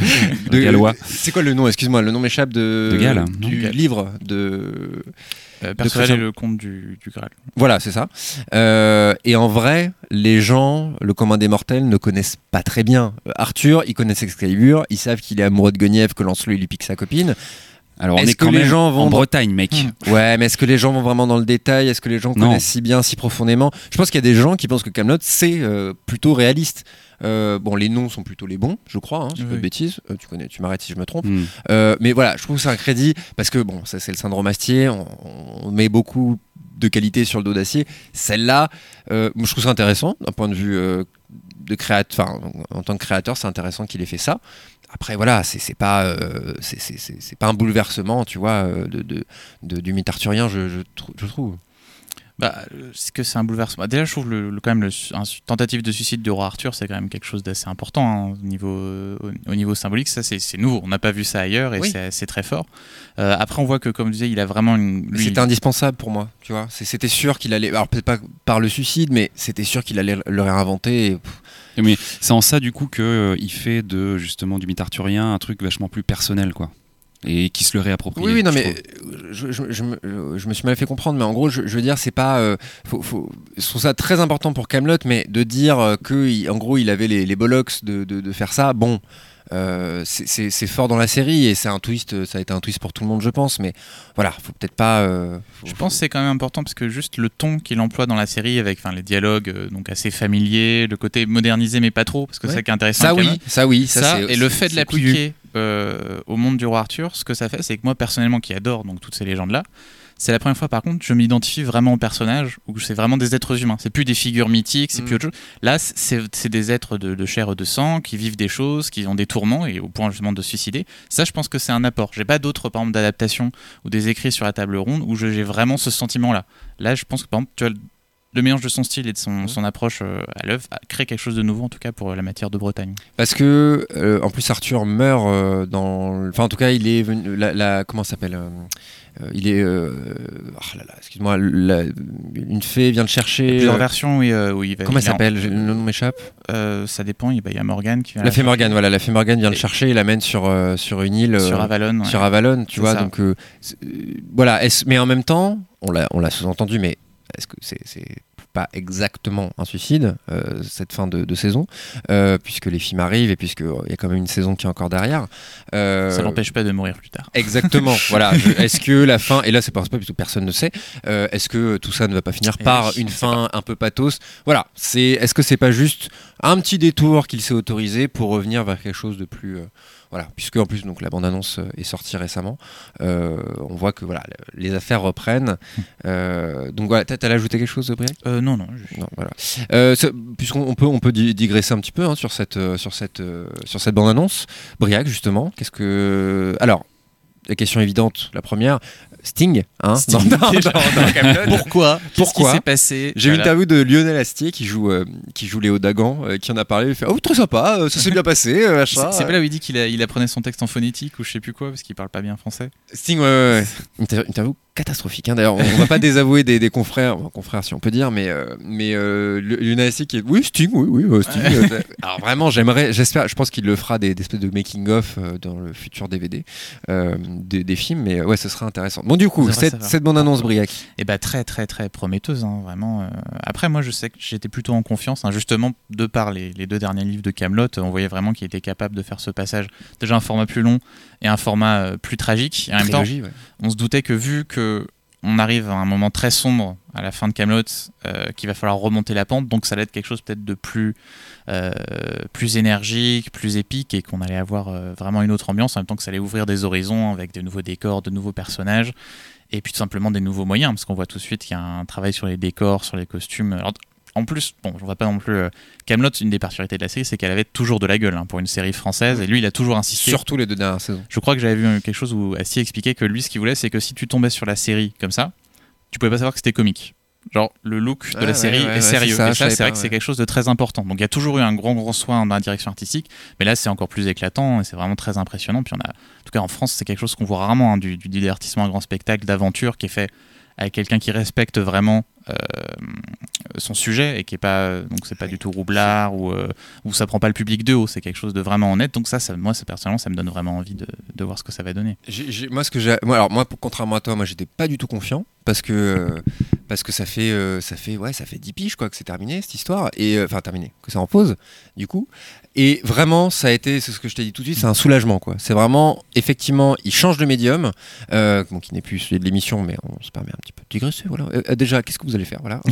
Le Gallois. C'est quoi le nom? Excuse-moi, le nom m'échappe de, De Galles, du non, Galles. livre de. Euh, Perceval Christian- est le conte du, du Graal. Voilà, c'est ça. Euh, et en vrai, les gens, le commun des mortels, ne connaissent pas très bien euh, Arthur. Ils connaissent Excalibur, ils savent qu'il est amoureux de Guenièvre, que Lancelot il lui pique sa copine. Alors, on Est-ce est que quand les même gens vont en dans- Bretagne, mec. Hmm. Ouais, mais est-ce que les gens vont vraiment dans le détail? Est-ce que les gens Non. connaissent si bien, si profondément? Je pense qu'il y a des gens qui pensent que Kaamelott c'est euh, plutôt réaliste. Euh, bon, les noms sont plutôt les bons, je crois. Hein, c'est Oui. pas de bêtises. Euh, tu connais, tu m'arrêtes si je me trompe. Hmm. Euh, mais voilà, je trouve que c'est un crédit parce que bon, ça c'est le syndrome Astier. On, on met beaucoup de qualité sur le dos d'Astier. Celle-là, euh, moi, je trouve ça intéressant d'un point de vue euh, de créateur. Enfin, en tant que créateur, c'est intéressant qu'il ait fait ça. Après, voilà, c'est, c'est pas, euh, c'est, c'est, c'est, c'est pas un bouleversement, tu vois, euh, de, de, de- du mythe arthurien, je, je, trou- je trouve. Bah, euh, c'est que c'est un bouleversement. Bah, déjà, je trouve le, le- quand même le su- un su- tentative de suicide du roi Arthur, c'est quand même quelque chose d'assez important hein, au niveau euh, au, au niveau symbolique. Ça, c'est, c'est nouveau. On n'a pas vu ça ailleurs et Oui. c'est, c'est très fort. Euh, après, on voit que, comme je disais, il a vraiment une. Mais lui- c'était indispensable pour moi, tu vois. C'est- C'était sûr qu'il allait, alors peut-être pas par le suicide, mais c'était sûr qu'il allait le réinventer. Et, pff, Mais c'est en ça, du coup, qu'il fait de, justement, du mythe arthurien un truc vachement plus personnel, quoi. Et qui se le réapproprie. Oui, oui, non, je mais trouve. je, je, je me, je me suis mal fait comprendre, mais en gros, je, je veux dire, c'est pas. Euh, faut, faut, je trouve ça très important pour Kaamelott, mais de dire euh, que, il- en gros, il avait les, les bollocks de, de, de faire ça, bon. Euh, c'est, c'est, c'est fort dans la série et c'est un twist, ça a été un twist pour tout le monde, je pense, mais voilà, faut peut-être pas. euh, faut- Je pense que c'est quand même important parce que juste le ton qu'il emploie dans la série avec enfin, les dialogues euh, donc assez familiers, le côté modernisé mais pas trop, parce que Ouais. c'est ça qui est intéressant. ça, avec oui, Kaamelott. ça, oui, ça, Ça, c'est, et le c'est- fait de c'est couillu. l'appliquer euh, au monde du roi Arthur, ce que ça fait, c'est que moi personnellement qui adore donc toutes ces légendes là, c'est la première fois par contre je m'identifie vraiment au personnage où c'est vraiment des êtres humains, c'est plus des figures mythiques, c'est Mm. plus autre chose. Là c'est, c'est des êtres de, de chair et de sang qui vivent des choses, qui ont des tourments et au point justement de se suicider. Ça je pense que c'est un apport. J'ai pas d'autres par exemple d'adaptation ou des écrits sur la table ronde où je- j'ai vraiment ce sentiment là. Là je pense que par exemple tu vois le mélange de son style et de son, son approche euh, à l'œuvre a créé quelque chose de nouveau en tout cas pour euh, la matière de Bretagne. Parce que, euh, en plus, Arthur meurt euh, dans. le- Enfin, en tout cas, il est venu. La, la- comment ça s'appelle euh, euh, Il est. Euh, oh là là, excuse-moi. la- une fée vient le chercher. Plusieurs euh, versions où il, euh, où il va. Comment elle il est en- s'appelle J'ai- Le nom m'échappe. Euh, ça dépend, il bah, il y a Morgane qui vient La fée chercher. Morgane, voilà. La fée Morgane vient le Et- chercher et l'amène sur, euh, sur une île. sur euh, Avalon. ouais. sur Avalon, tu C'est vois. ça. Donc, euh, c'est- euh, voilà. Est-ce- mais en même temps, on l'a, on l'a sous-entendu, mais est-ce que c'est. c'est pas exactement un suicide, euh, cette fin de, de saison, euh, puisque les films arrivent et puisqu'il y a quand même une saison qui est encore derrière. Euh, Ça l'empêche pas de mourir plus tard. Exactement, voilà. Je- est-ce que la fin, et là c'est pas un spoil puisque personne ne sait, euh, est-ce que tout ça ne va pas finir Et par oui, une on sait fin un peu pathos? Voilà, c'est, est-ce que c'est pas juste un petit détour qu'il s'est autorisé pour revenir vers quelque chose de plus. Euh, voilà, puisque en plus donc, la bande-annonce euh, est sortie récemment, euh, on voit que voilà, les affaires reprennent. Euh, donc voilà, t'as, t'as ajouté quelque chose, Briac? Euh, non, non. je- Non, voilà. Euh, ça- puisqu'on on peut, on peut di- digresser un petit peu hein, sur cette, euh, sur cette, euh, sur cette bande-annonce. Briac, justement, qu'est-ce que. Alors, la question évidente, la première, Sting, hein, Sting, dans, dans, déjà. dans- dans Kaamelott. Pourquoi Qu'est-ce Pourquoi qui s'est passé J'ai vu une Voilà. interview de Lionel Astier qui joue, euh, qui joue Léo Dagan, euh, qui en a parlé. Il fait oh très sympa, euh, ça s'est bien passé, euh, machin. C'est c'est pas là où il dit qu'il a- il apprenait son texte en phonétique ou je sais plus quoi parce qu'il parle pas bien français. Sting, ouais, ouais, ouais. Inter- interview catastrophique. Hein. D'ailleurs, on, on va pas désavouer des, des confrères, enfin, confrères si on peut dire, mais euh, mais euh, le- Lionel Astier qui est oui Sting, oui oui euh, Sting. euh, alors vraiment, j'aimerais, j'espère, je pense qu'il le fera des, des espèces de making of euh, dans le futur D V D euh, des, des films, mais euh, ouais, ce serait intéressant. Bon du coup, On devrait cette, savoir. cette bande annonce Briac. Et bah très très très prometteuse, hein, vraiment. euh. Après moi je sais que j'étais plutôt en confiance, hein, justement de par les, les deux derniers livres de Kaamelott, on voyait vraiment qu'il était capable de faire ce passage. Déjà un format plus long et un format euh, plus tragique. Et en même temps, Trilogie, ouais. on se doutait que vu que on arrive à un moment très sombre à la fin de Kaamelott, euh, qu'il va falloir remonter la pente, donc ça allait être quelque chose peut-être de plus, euh, plus énergique, plus épique, et qu'on allait avoir euh, vraiment une autre ambiance, en même temps que ça allait ouvrir des horizons avec de nouveaux décors, de nouveaux personnages, et puis tout simplement des nouveaux moyens, parce qu'on voit tout de suite qu'il y a un travail sur les décors, sur les costumes. Alors, en plus, bon, on va pas non plus. euh, Kaamelott, une des particularités de la série, c'est qu'elle avait toujours de la gueule hein, pour une série française, et lui, il a toujours insisté. Surtout les deux dernières saisons. Je crois que j'avais vu quelque chose où Astier expliquait que lui, ce qu'il voulait, c'est que si tu tombais sur la série comme ça, tu pouvais pas savoir que c'était comique. Genre, le look de Ah la ouais, série ouais, ouais, est sérieux. c'est ça, et je ça, savais c'est vrai pas, que ouais. c'est quelque chose de très important. Donc, il y a toujours eu un grand, grand soin dans la direction artistique. Mais là, c'est encore plus éclatant et c'est vraiment très impressionnant. Puis, on a, en tout cas, en France, c'est quelque chose qu'on voit rarement, hein, du, du divertissement à grand spectacle, d'aventure qui est fait avec quelqu'un qui respecte vraiment euh, son sujet et qui est pas donc c'est pas du tout roublard ou euh, ou ça prend pas le public de haut, c'est quelque chose de vraiment honnête. Donc ça, ça moi ça, personnellement ça me donne vraiment envie de, de voir ce que ça va donner. J'ai- j'ai- moi, ce que j'ai, moi, alors moi, pour- contrairement à toi, moi, j'étais pas du tout confiant parce que euh, parce que ça fait euh, ça fait ouais, ça fait dix piges quoi que c'est terminé cette histoire et euh, enfin terminé, que c'est en pause du coup. Et vraiment, ça a été, c'est ce que je t'ai dit tout de suite, c'est un soulagement quoi. C'est vraiment effectivement, il change de médium, euh, bon, qui n'est plus celui de l'émission, mais on se permet un petit peu de digresser. Voilà. Euh, euh, déjà, qu'est-ce que vous allez faire, voilà.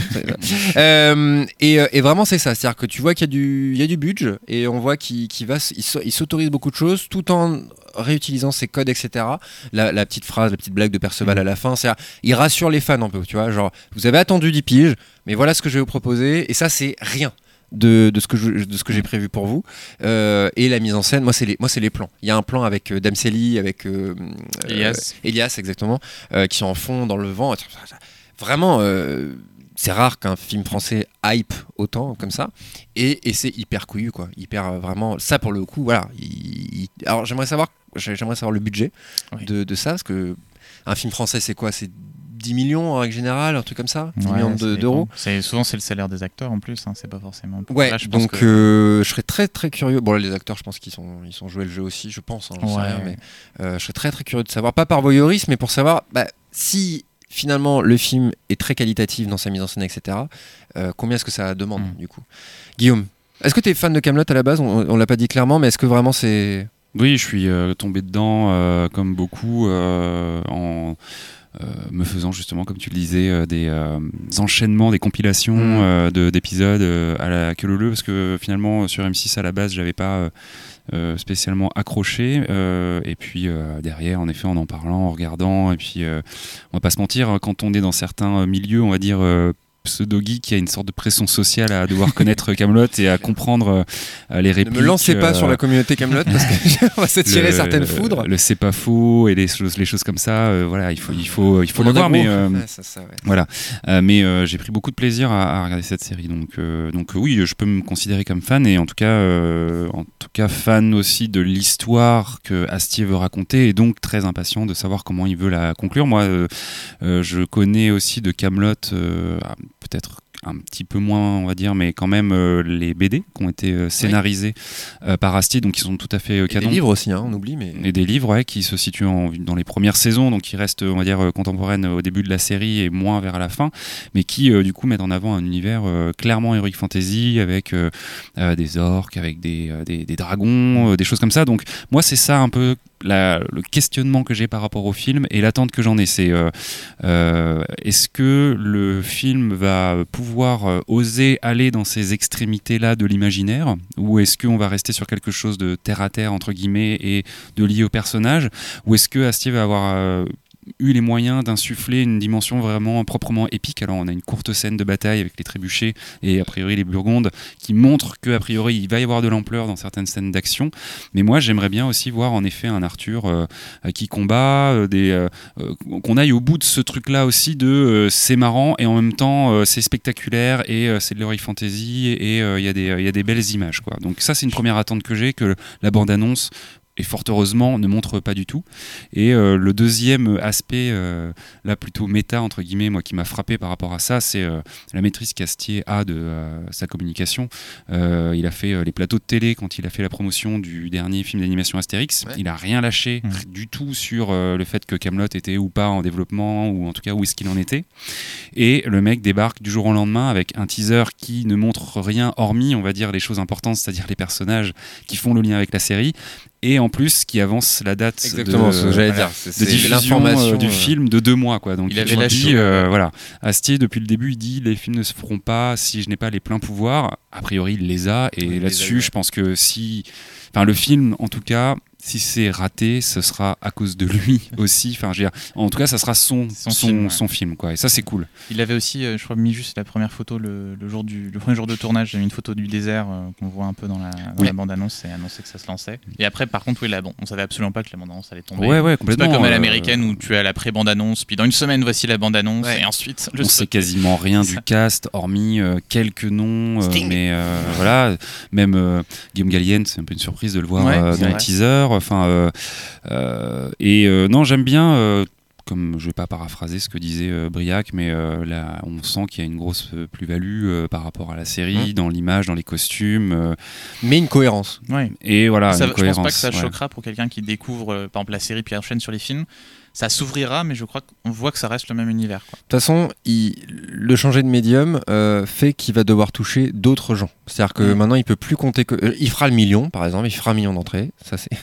Euh, et, euh, et vraiment, c'est ça, c'est-à-dire que tu vois qu'il y a du, il y a du budget et on voit qu'il, qu'il va, s- il s- il s'autorise beaucoup de choses tout en réutilisant ses codes, et cetera. La, la petite phrase, la petite blague de Perceval à la fin, c'est il rassure les fans un peu, tu vois, genre vous avez attendu dix piges, mais voilà ce que je vais vous proposer, et ça c'est rien de, de ce que je, de ce que j'ai prévu pour vous. Euh, et la mise en scène, moi c'est les, moi c'est les plans. Il y a un plan avec euh, Damseli, avec euh, Elias. euh, Elias exactement, euh, qui sont en fond dans le vent. Vraiment. Euh, c'est rare qu'un film français hype autant comme ça, et, et c'est hyper couillu quoi, hyper euh, vraiment. Ça pour le coup, voilà. il- il- alors j'aimerais savoir, j'aimerais savoir le budget Oui. de, de ça, parce que un film français c'est quoi, c'est dix millions en règle générale, un truc comme ça, dix Ouais, millions ça de- dépend. d'euros. C'est souvent c'est le salaire des acteurs en plus, hein, c'est pas forcément. Ouais, Là, je pense donc que- euh, je serais très très curieux. Bon là les acteurs, je pense qu'ils sont ils sont joués le jeu aussi, je pense. Hein, j'en sais Ouais, rien, ouais. mais euh, je serais très très curieux de savoir, pas par voyeurisme, mais pour savoir bah, si finalement le film est très qualitatif dans sa mise en scène, et cetera. Euh, combien est-ce que ça demande Mm. du coup? Guillaume, est-ce que tu es fan de Kaamelott à la base? On, on l'a pas dit clairement, mais est-ce que vraiment c'est Oui, je suis euh, tombé dedans euh, comme beaucoup euh, en euh, me faisant justement, comme tu le disais, euh, des euh, enchaînements, des compilations Mm. euh, de- d'épisodes euh, à la queue leu leu, parce que finalement sur M six à la base, j'avais pas euh, euh, spécialement accroché. euh, et puis euh, derrière, en effet, en en parlant, en regardant, et puis euh, on va pas se mentir, hein, quand on est dans certains euh, milieux, on va dire euh, pseudo-geek, il y a une sorte de pression sociale à devoir connaître Kaamelott et à comprendre euh, les Ne répliques. me lancez pas euh, sur la communauté Kaamelott parce qu'on va s'attirer le- certaines foudres. Le c'est pas faux et les choses, les choses comme ça. euh, voilà, il faut, il faut, il faut On le en a voir, gros. mais euh, Ouais, ça, ça, ouais. voilà. Euh, mais euh, j'ai pris beaucoup de plaisir à, à regarder cette série, donc, euh, donc euh, oui, je peux me considérer comme fan et en tout cas, euh, en tout cas fan aussi de l'histoire que Astier veut raconter et donc très impatient de savoir comment il veut la conclure. Moi, euh, euh, je connais aussi de Kaamelott, euh, peut-être un petit peu moins on va dire, mais quand même euh, les B D qui ont été euh, scénarisés euh, par Astier, donc ils sont tout à fait euh, Et des canons. livres aussi, hein, on oublie, mais. Et des livres ouais, qui se situent en- dans les premières saisons, donc qui restent on va dire euh, contemporaines au début de la série et moins vers la fin, mais qui euh, du coup mettent en avant un univers euh, clairement heroic fantasy avec euh, euh, des orques, avec des, euh, des, des dragons, euh, des choses comme ça. Donc moi c'est ça un peu la- le questionnement que j'ai par rapport au film et l'attente que j'en ai, c'est euh, euh, est-ce que le film va pouvoir euh, oser aller dans ces extrémités-là de l'imaginaire, ou est-ce qu'on va rester sur quelque chose de terre à terre entre guillemets et de lié au personnage, ou est-ce que Astier va avoir euh, eu les moyens d'insuffler une dimension vraiment proprement épique. Alors on a une courte scène de bataille avec les trébuchets et a priori les Burgondes qui montrent qu'a priori il va y avoir de l'ampleur dans certaines scènes d'action, mais moi j'aimerais bien aussi voir en effet un Arthur euh, qui combat, euh, des, euh, euh, qu'on aille au bout de ce truc là aussi de euh, c'est marrant et en même temps euh, c'est spectaculaire et euh, c'est de l'heroic fantasy et il euh, y, euh, y a des belles images quoi. Donc ça c'est une première attente que j'ai, que la bande annonce et fort heureusement ne montre pas du tout. Et euh, le deuxième aspect euh, là plutôt méta entre guillemets, moi qui m'a frappé par rapport à ça, c'est euh, la maîtrise qu'Astier a de euh, sa communication. Euh, il a fait euh, les plateaux de télé quand il a fait la promotion du dernier film d'animation Astérix. Ouais. Il a rien lâché mmh. du tout sur euh, le fait que Kaamelott était ou pas en développement, ou en tout cas où est-ce qu'il en était. Et le mec débarque du jour au lendemain avec un teaser qui ne montre rien hormis, on va dire, les choses importantes, c'est-à-dire les personnages qui font le lien avec la série. Et en plus qui avance la date Exactement, de, ce que j'allais voilà, dire. C'est, de c'est diffusion l'information euh, du euh... film de deux mois quoi. Donc il avait lâché. Dit, euh, voilà, Astier depuis le début il dit les films ne se feront pas si je n'ai pas les pleins pouvoirs. A priori il les a et il là-dessus a, je pense que si, enfin le film en tout cas. Si c'est raté, ce sera à cause de lui aussi. Enfin, je veux dire, en tout cas, ça sera son, son, son, film, ouais. son film, quoi. Et ça, c'est cool. Il avait aussi, euh, je crois, mis juste la première photo le, le, jour du, le premier jour de tournage. J'ai mis une photo du désert euh, qu'on voit un peu dans la, dans oui. la bande-annonce et annoncé que ça se lançait. Et après, par contre, oui, là, bon, on savait absolument pas que la bande-annonce allait tomber. Ouais, ouais, complètement. C'est pas comme à euh... l'américaine où tu as la pré-bande-annonce, puis dans une semaine, voici la bande-annonce, ouais. et ensuite. Le on sait quasiment rien du cast, hormis euh, quelques noms, euh, mais euh, voilà, même euh, Guillaume Gallienne, c'est un peu une surprise de le voir ouais, euh, dans vrai. le teaser. Enfin. Euh, Euh, et euh, non, j'aime bien, euh, comme je vais pas paraphraser ce que disait euh, Briac, mais euh, là, on sent qu'il y a une grosse plus-value euh, par rapport à la série, mmh. dans l'image, dans les costumes. Euh, mais une cohérence. Ouais. Et voilà, ça, une je cohérence. pense pas que ça ouais. choquera pour quelqu'un qui découvre, euh, par exemple, la série puis enchaîne sur les films. Ça s'ouvrira, mais je crois qu'on voit que ça reste le même univers. De toute façon, il, le changer de médium euh, fait qu'il va devoir toucher d'autres gens. C'est-à-dire que mmh. maintenant, il peut plus compter que. Euh, il fera le million, par exemple, il fera un million d'entrées. Ça, c'est.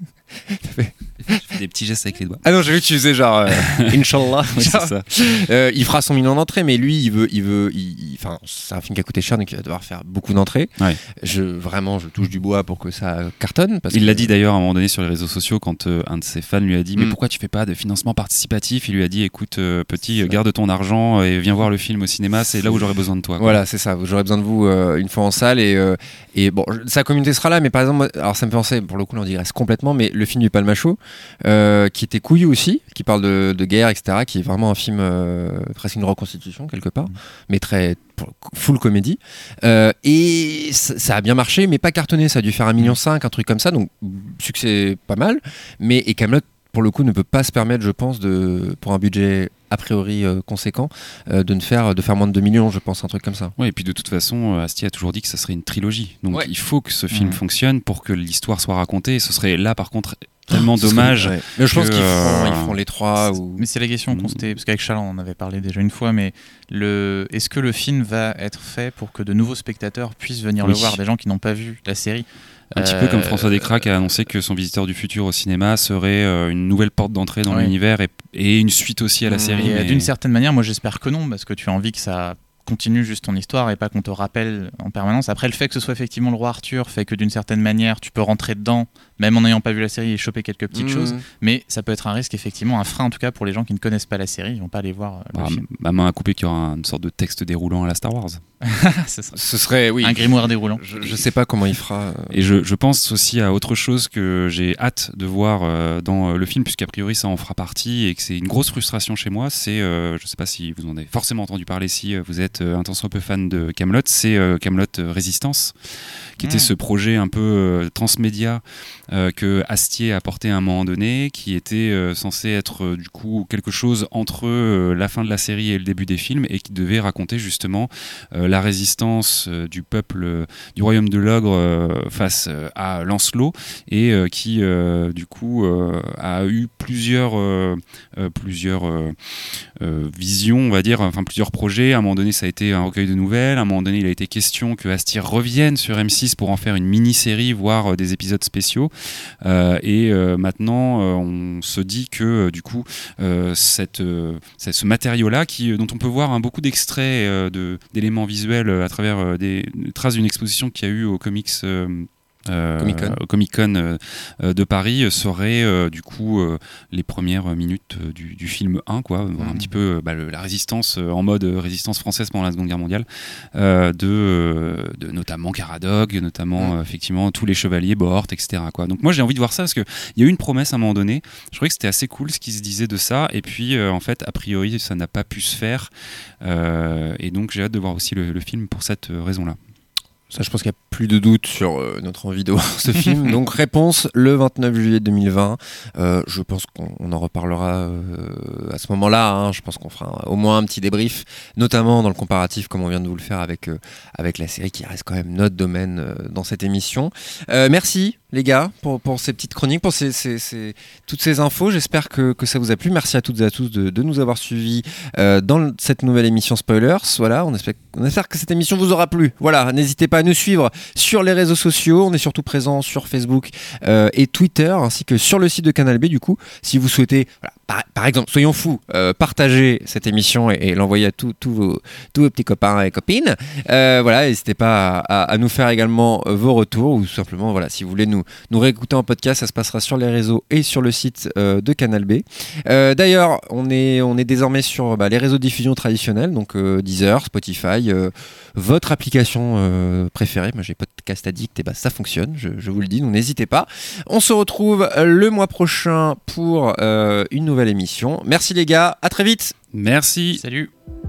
Je fais des petits gestes avec les doigts. Ah non, j'ai vu que tu faisais genre euh, Inch'Allah. Oui, c'est ça. Euh, il fera son million d'entrées, mais lui, il veut, il veut, enfin, c'est un film qui a coûté cher, donc il va devoir faire beaucoup d'entrées. Ouais. Je vraiment, je touche du bois pour que ça cartonne. Parce il que... l'a dit d'ailleurs à un moment donné sur les réseaux sociaux quand euh, un de ses fans lui a dit, mm. mais pourquoi tu fais pas de financement participatif ? Il lui a dit, écoute, euh, petit, euh, garde ton argent et viens voir le film au cinéma. C'est là où j'aurais besoin de toi. Quoi. Voilà, c'est ça. J'aurais besoin de vous euh, une fois en salle et euh, et bon, sa communauté sera là, mais par exemple, alors ça me fait penser, pour le coup, on digresse complètement, mais le film du Palmacho. Euh, qui était couillu aussi, qui parle de, de guerre, et cetera, qui est vraiment un film euh, presque une reconstitution quelque part, mmh. mais très full comédie. Euh, et ça, ça a bien marché, mais pas cartonné. Ça a dû faire un million cinq, un truc comme ça, donc succès pas mal. Mais et Kaamelott, pour le coup, ne peut pas se permettre, je pense, de pour un budget a priori euh, conséquent, euh, de ne faire de faire moins de deux millions, je pense, un truc comme ça. Ouais, et puis de toute façon, Astier a toujours dit que ça serait une trilogie. Donc ouais. il faut que ce film mmh. fonctionne pour que l'histoire soit racontée. Et ce serait là, par contre, tellement oh, dommage. Ouais. Mais je pense que, qu'ils feront, euh... ils feront les trois. Ou... Mais c'est la question qu'on s'était, parce qu'avec Charles, on en avait parlé déjà une fois, mais le, est-ce que le film va être fait pour que de nouveaux spectateurs puissent venir oui. le voir, des gens qui n'ont pas vu la série? Un petit euh, peu comme François Descraques a annoncé que son Visiteur du futur au cinéma serait euh, une nouvelle porte d'entrée dans oui. l'univers et, et une suite aussi à la mmh, série. Et mais... D'une certaine manière, moi j'espère que non, parce que tu as envie que ça continue juste ton histoire et pas qu'on te rappelle en permanence. Après, le fait que ce soit effectivement le roi Arthur fait que d'une certaine manière, tu peux rentrer dedans, même en n'ayant pas vu la série et choper quelques petites mmh. choses, mais ça peut être un risque, effectivement, un frein en tout cas pour les gens qui ne connaissent pas la série, ils vont pas aller voir le bah, film. Ma main à couper qu'il y aura une sorte de texte déroulant à la Star Wars. Ce serait, Ce serait oui. un grimoire déroulant. Je, je sais pas comment il fera. Euh... Et je, je pense aussi à autre chose que j'ai hâte de voir euh, dans le film, puisqu'a priori ça en fera partie et que c'est une grosse frustration chez moi. C'est, euh, je sais pas si vous en avez forcément entendu parler si vous êtes euh, un tant soit peu fan de Kaamelott, c'est euh, Kaamelott Résistance, qui mmh. était ce projet un peu euh, transmédia euh, que Astier a porté à un moment donné, qui était euh, censé être euh, du coup quelque chose entre euh, la fin de la série et le début des films et qui devait raconter justement euh, la résistance euh, du peuple euh, du royaume de l'ogre euh, face euh, à Lancelot et euh, qui euh, du coup euh, a eu plusieurs euh, euh, plusieurs euh, euh, visions, on va dire, enfin plusieurs projets. À un moment donné ça a été un recueil de nouvelles, à un moment donné il a été question que Astier revienne sur M six pour en faire une mini-série, voire euh, des épisodes spéciaux. Euh, et euh, maintenant, euh, on se dit que euh, du coup, euh, cette, euh, c'est ce matériau-là, qui, dont on peut voir hein, beaucoup d'extraits euh, de, d'éléments visuels euh, à travers euh, des traces d'une exposition qu'il y a eu au Comics. Euh, euh, Comic-Con. au Comic-Con euh, euh, de Paris seraient euh, du coup euh, les premières minutes euh, du, du film un, quoi, mmh. un petit peu euh, bah, le, la résistance euh, en mode résistance française pendant la Seconde Guerre mondiale, euh, de, euh, de notamment Caradog, notamment mmh. euh, effectivement tous les chevaliers, Bohort, et cetera, quoi. Donc moi j'ai envie de voir ça parce qu'il y a eu une promesse à un moment donné. Je trouvais que c'était assez cool ce qui se disait de ça, et puis euh, en fait a priori ça n'a pas pu se faire, euh, et donc j'ai hâte de voir aussi le, le film pour cette euh, raison-là. Ça, je pense qu'il n'y a plus de doute sur euh, notre envie de voir ce film. Donc, réponse le vingt-neuf juillet deux mille vingt. Euh, je pense qu'on on en reparlera euh, à ce moment-là. Hein. Je pense qu'on fera au moins un petit débrief, notamment dans le comparatif, comme on vient de vous le faire avec, euh, avec la série qui reste quand même notre domaine euh, dans cette émission. Euh, merci, les gars, pour, pour ces petites chroniques, pour ces, ces, ces, toutes ces infos. J'espère que, que ça vous a plu. Merci à toutes et à tous de, de nous avoir suivis euh, dans cette nouvelle émission Spoilers. Voilà, on espère, on espère que cette émission vous aura plu. Voilà, n'hésitez pas à nous suivre sur les réseaux sociaux. On est surtout présent sur Facebook euh, et Twitter, ainsi que sur le site de Canal B. Du coup, si vous souhaitez, voilà, par, par exemple, soyons fous, euh, partager cette émission et, et l'envoyer à tous vos, tous vos petits copains et copines. Euh, voilà, n'hésitez pas à, à, à nous faire également vos retours, ou simplement, voilà, si vous voulez nous, nous réécouter en podcast, ça se passera sur les réseaux et sur le site euh, de Canal B. Euh, d'ailleurs, on est, on est désormais sur bah, les réseaux de diffusion traditionnels, donc euh, Deezer, Spotify, euh, votre application euh, préférée. Moi, j'ai Podcast Addict, et bah ça fonctionne, je, je vous le dis, donc n'hésitez pas. On se retrouve le mois prochain pour euh, une nouvelle émission. Merci les gars, à très vite. Merci. Salut.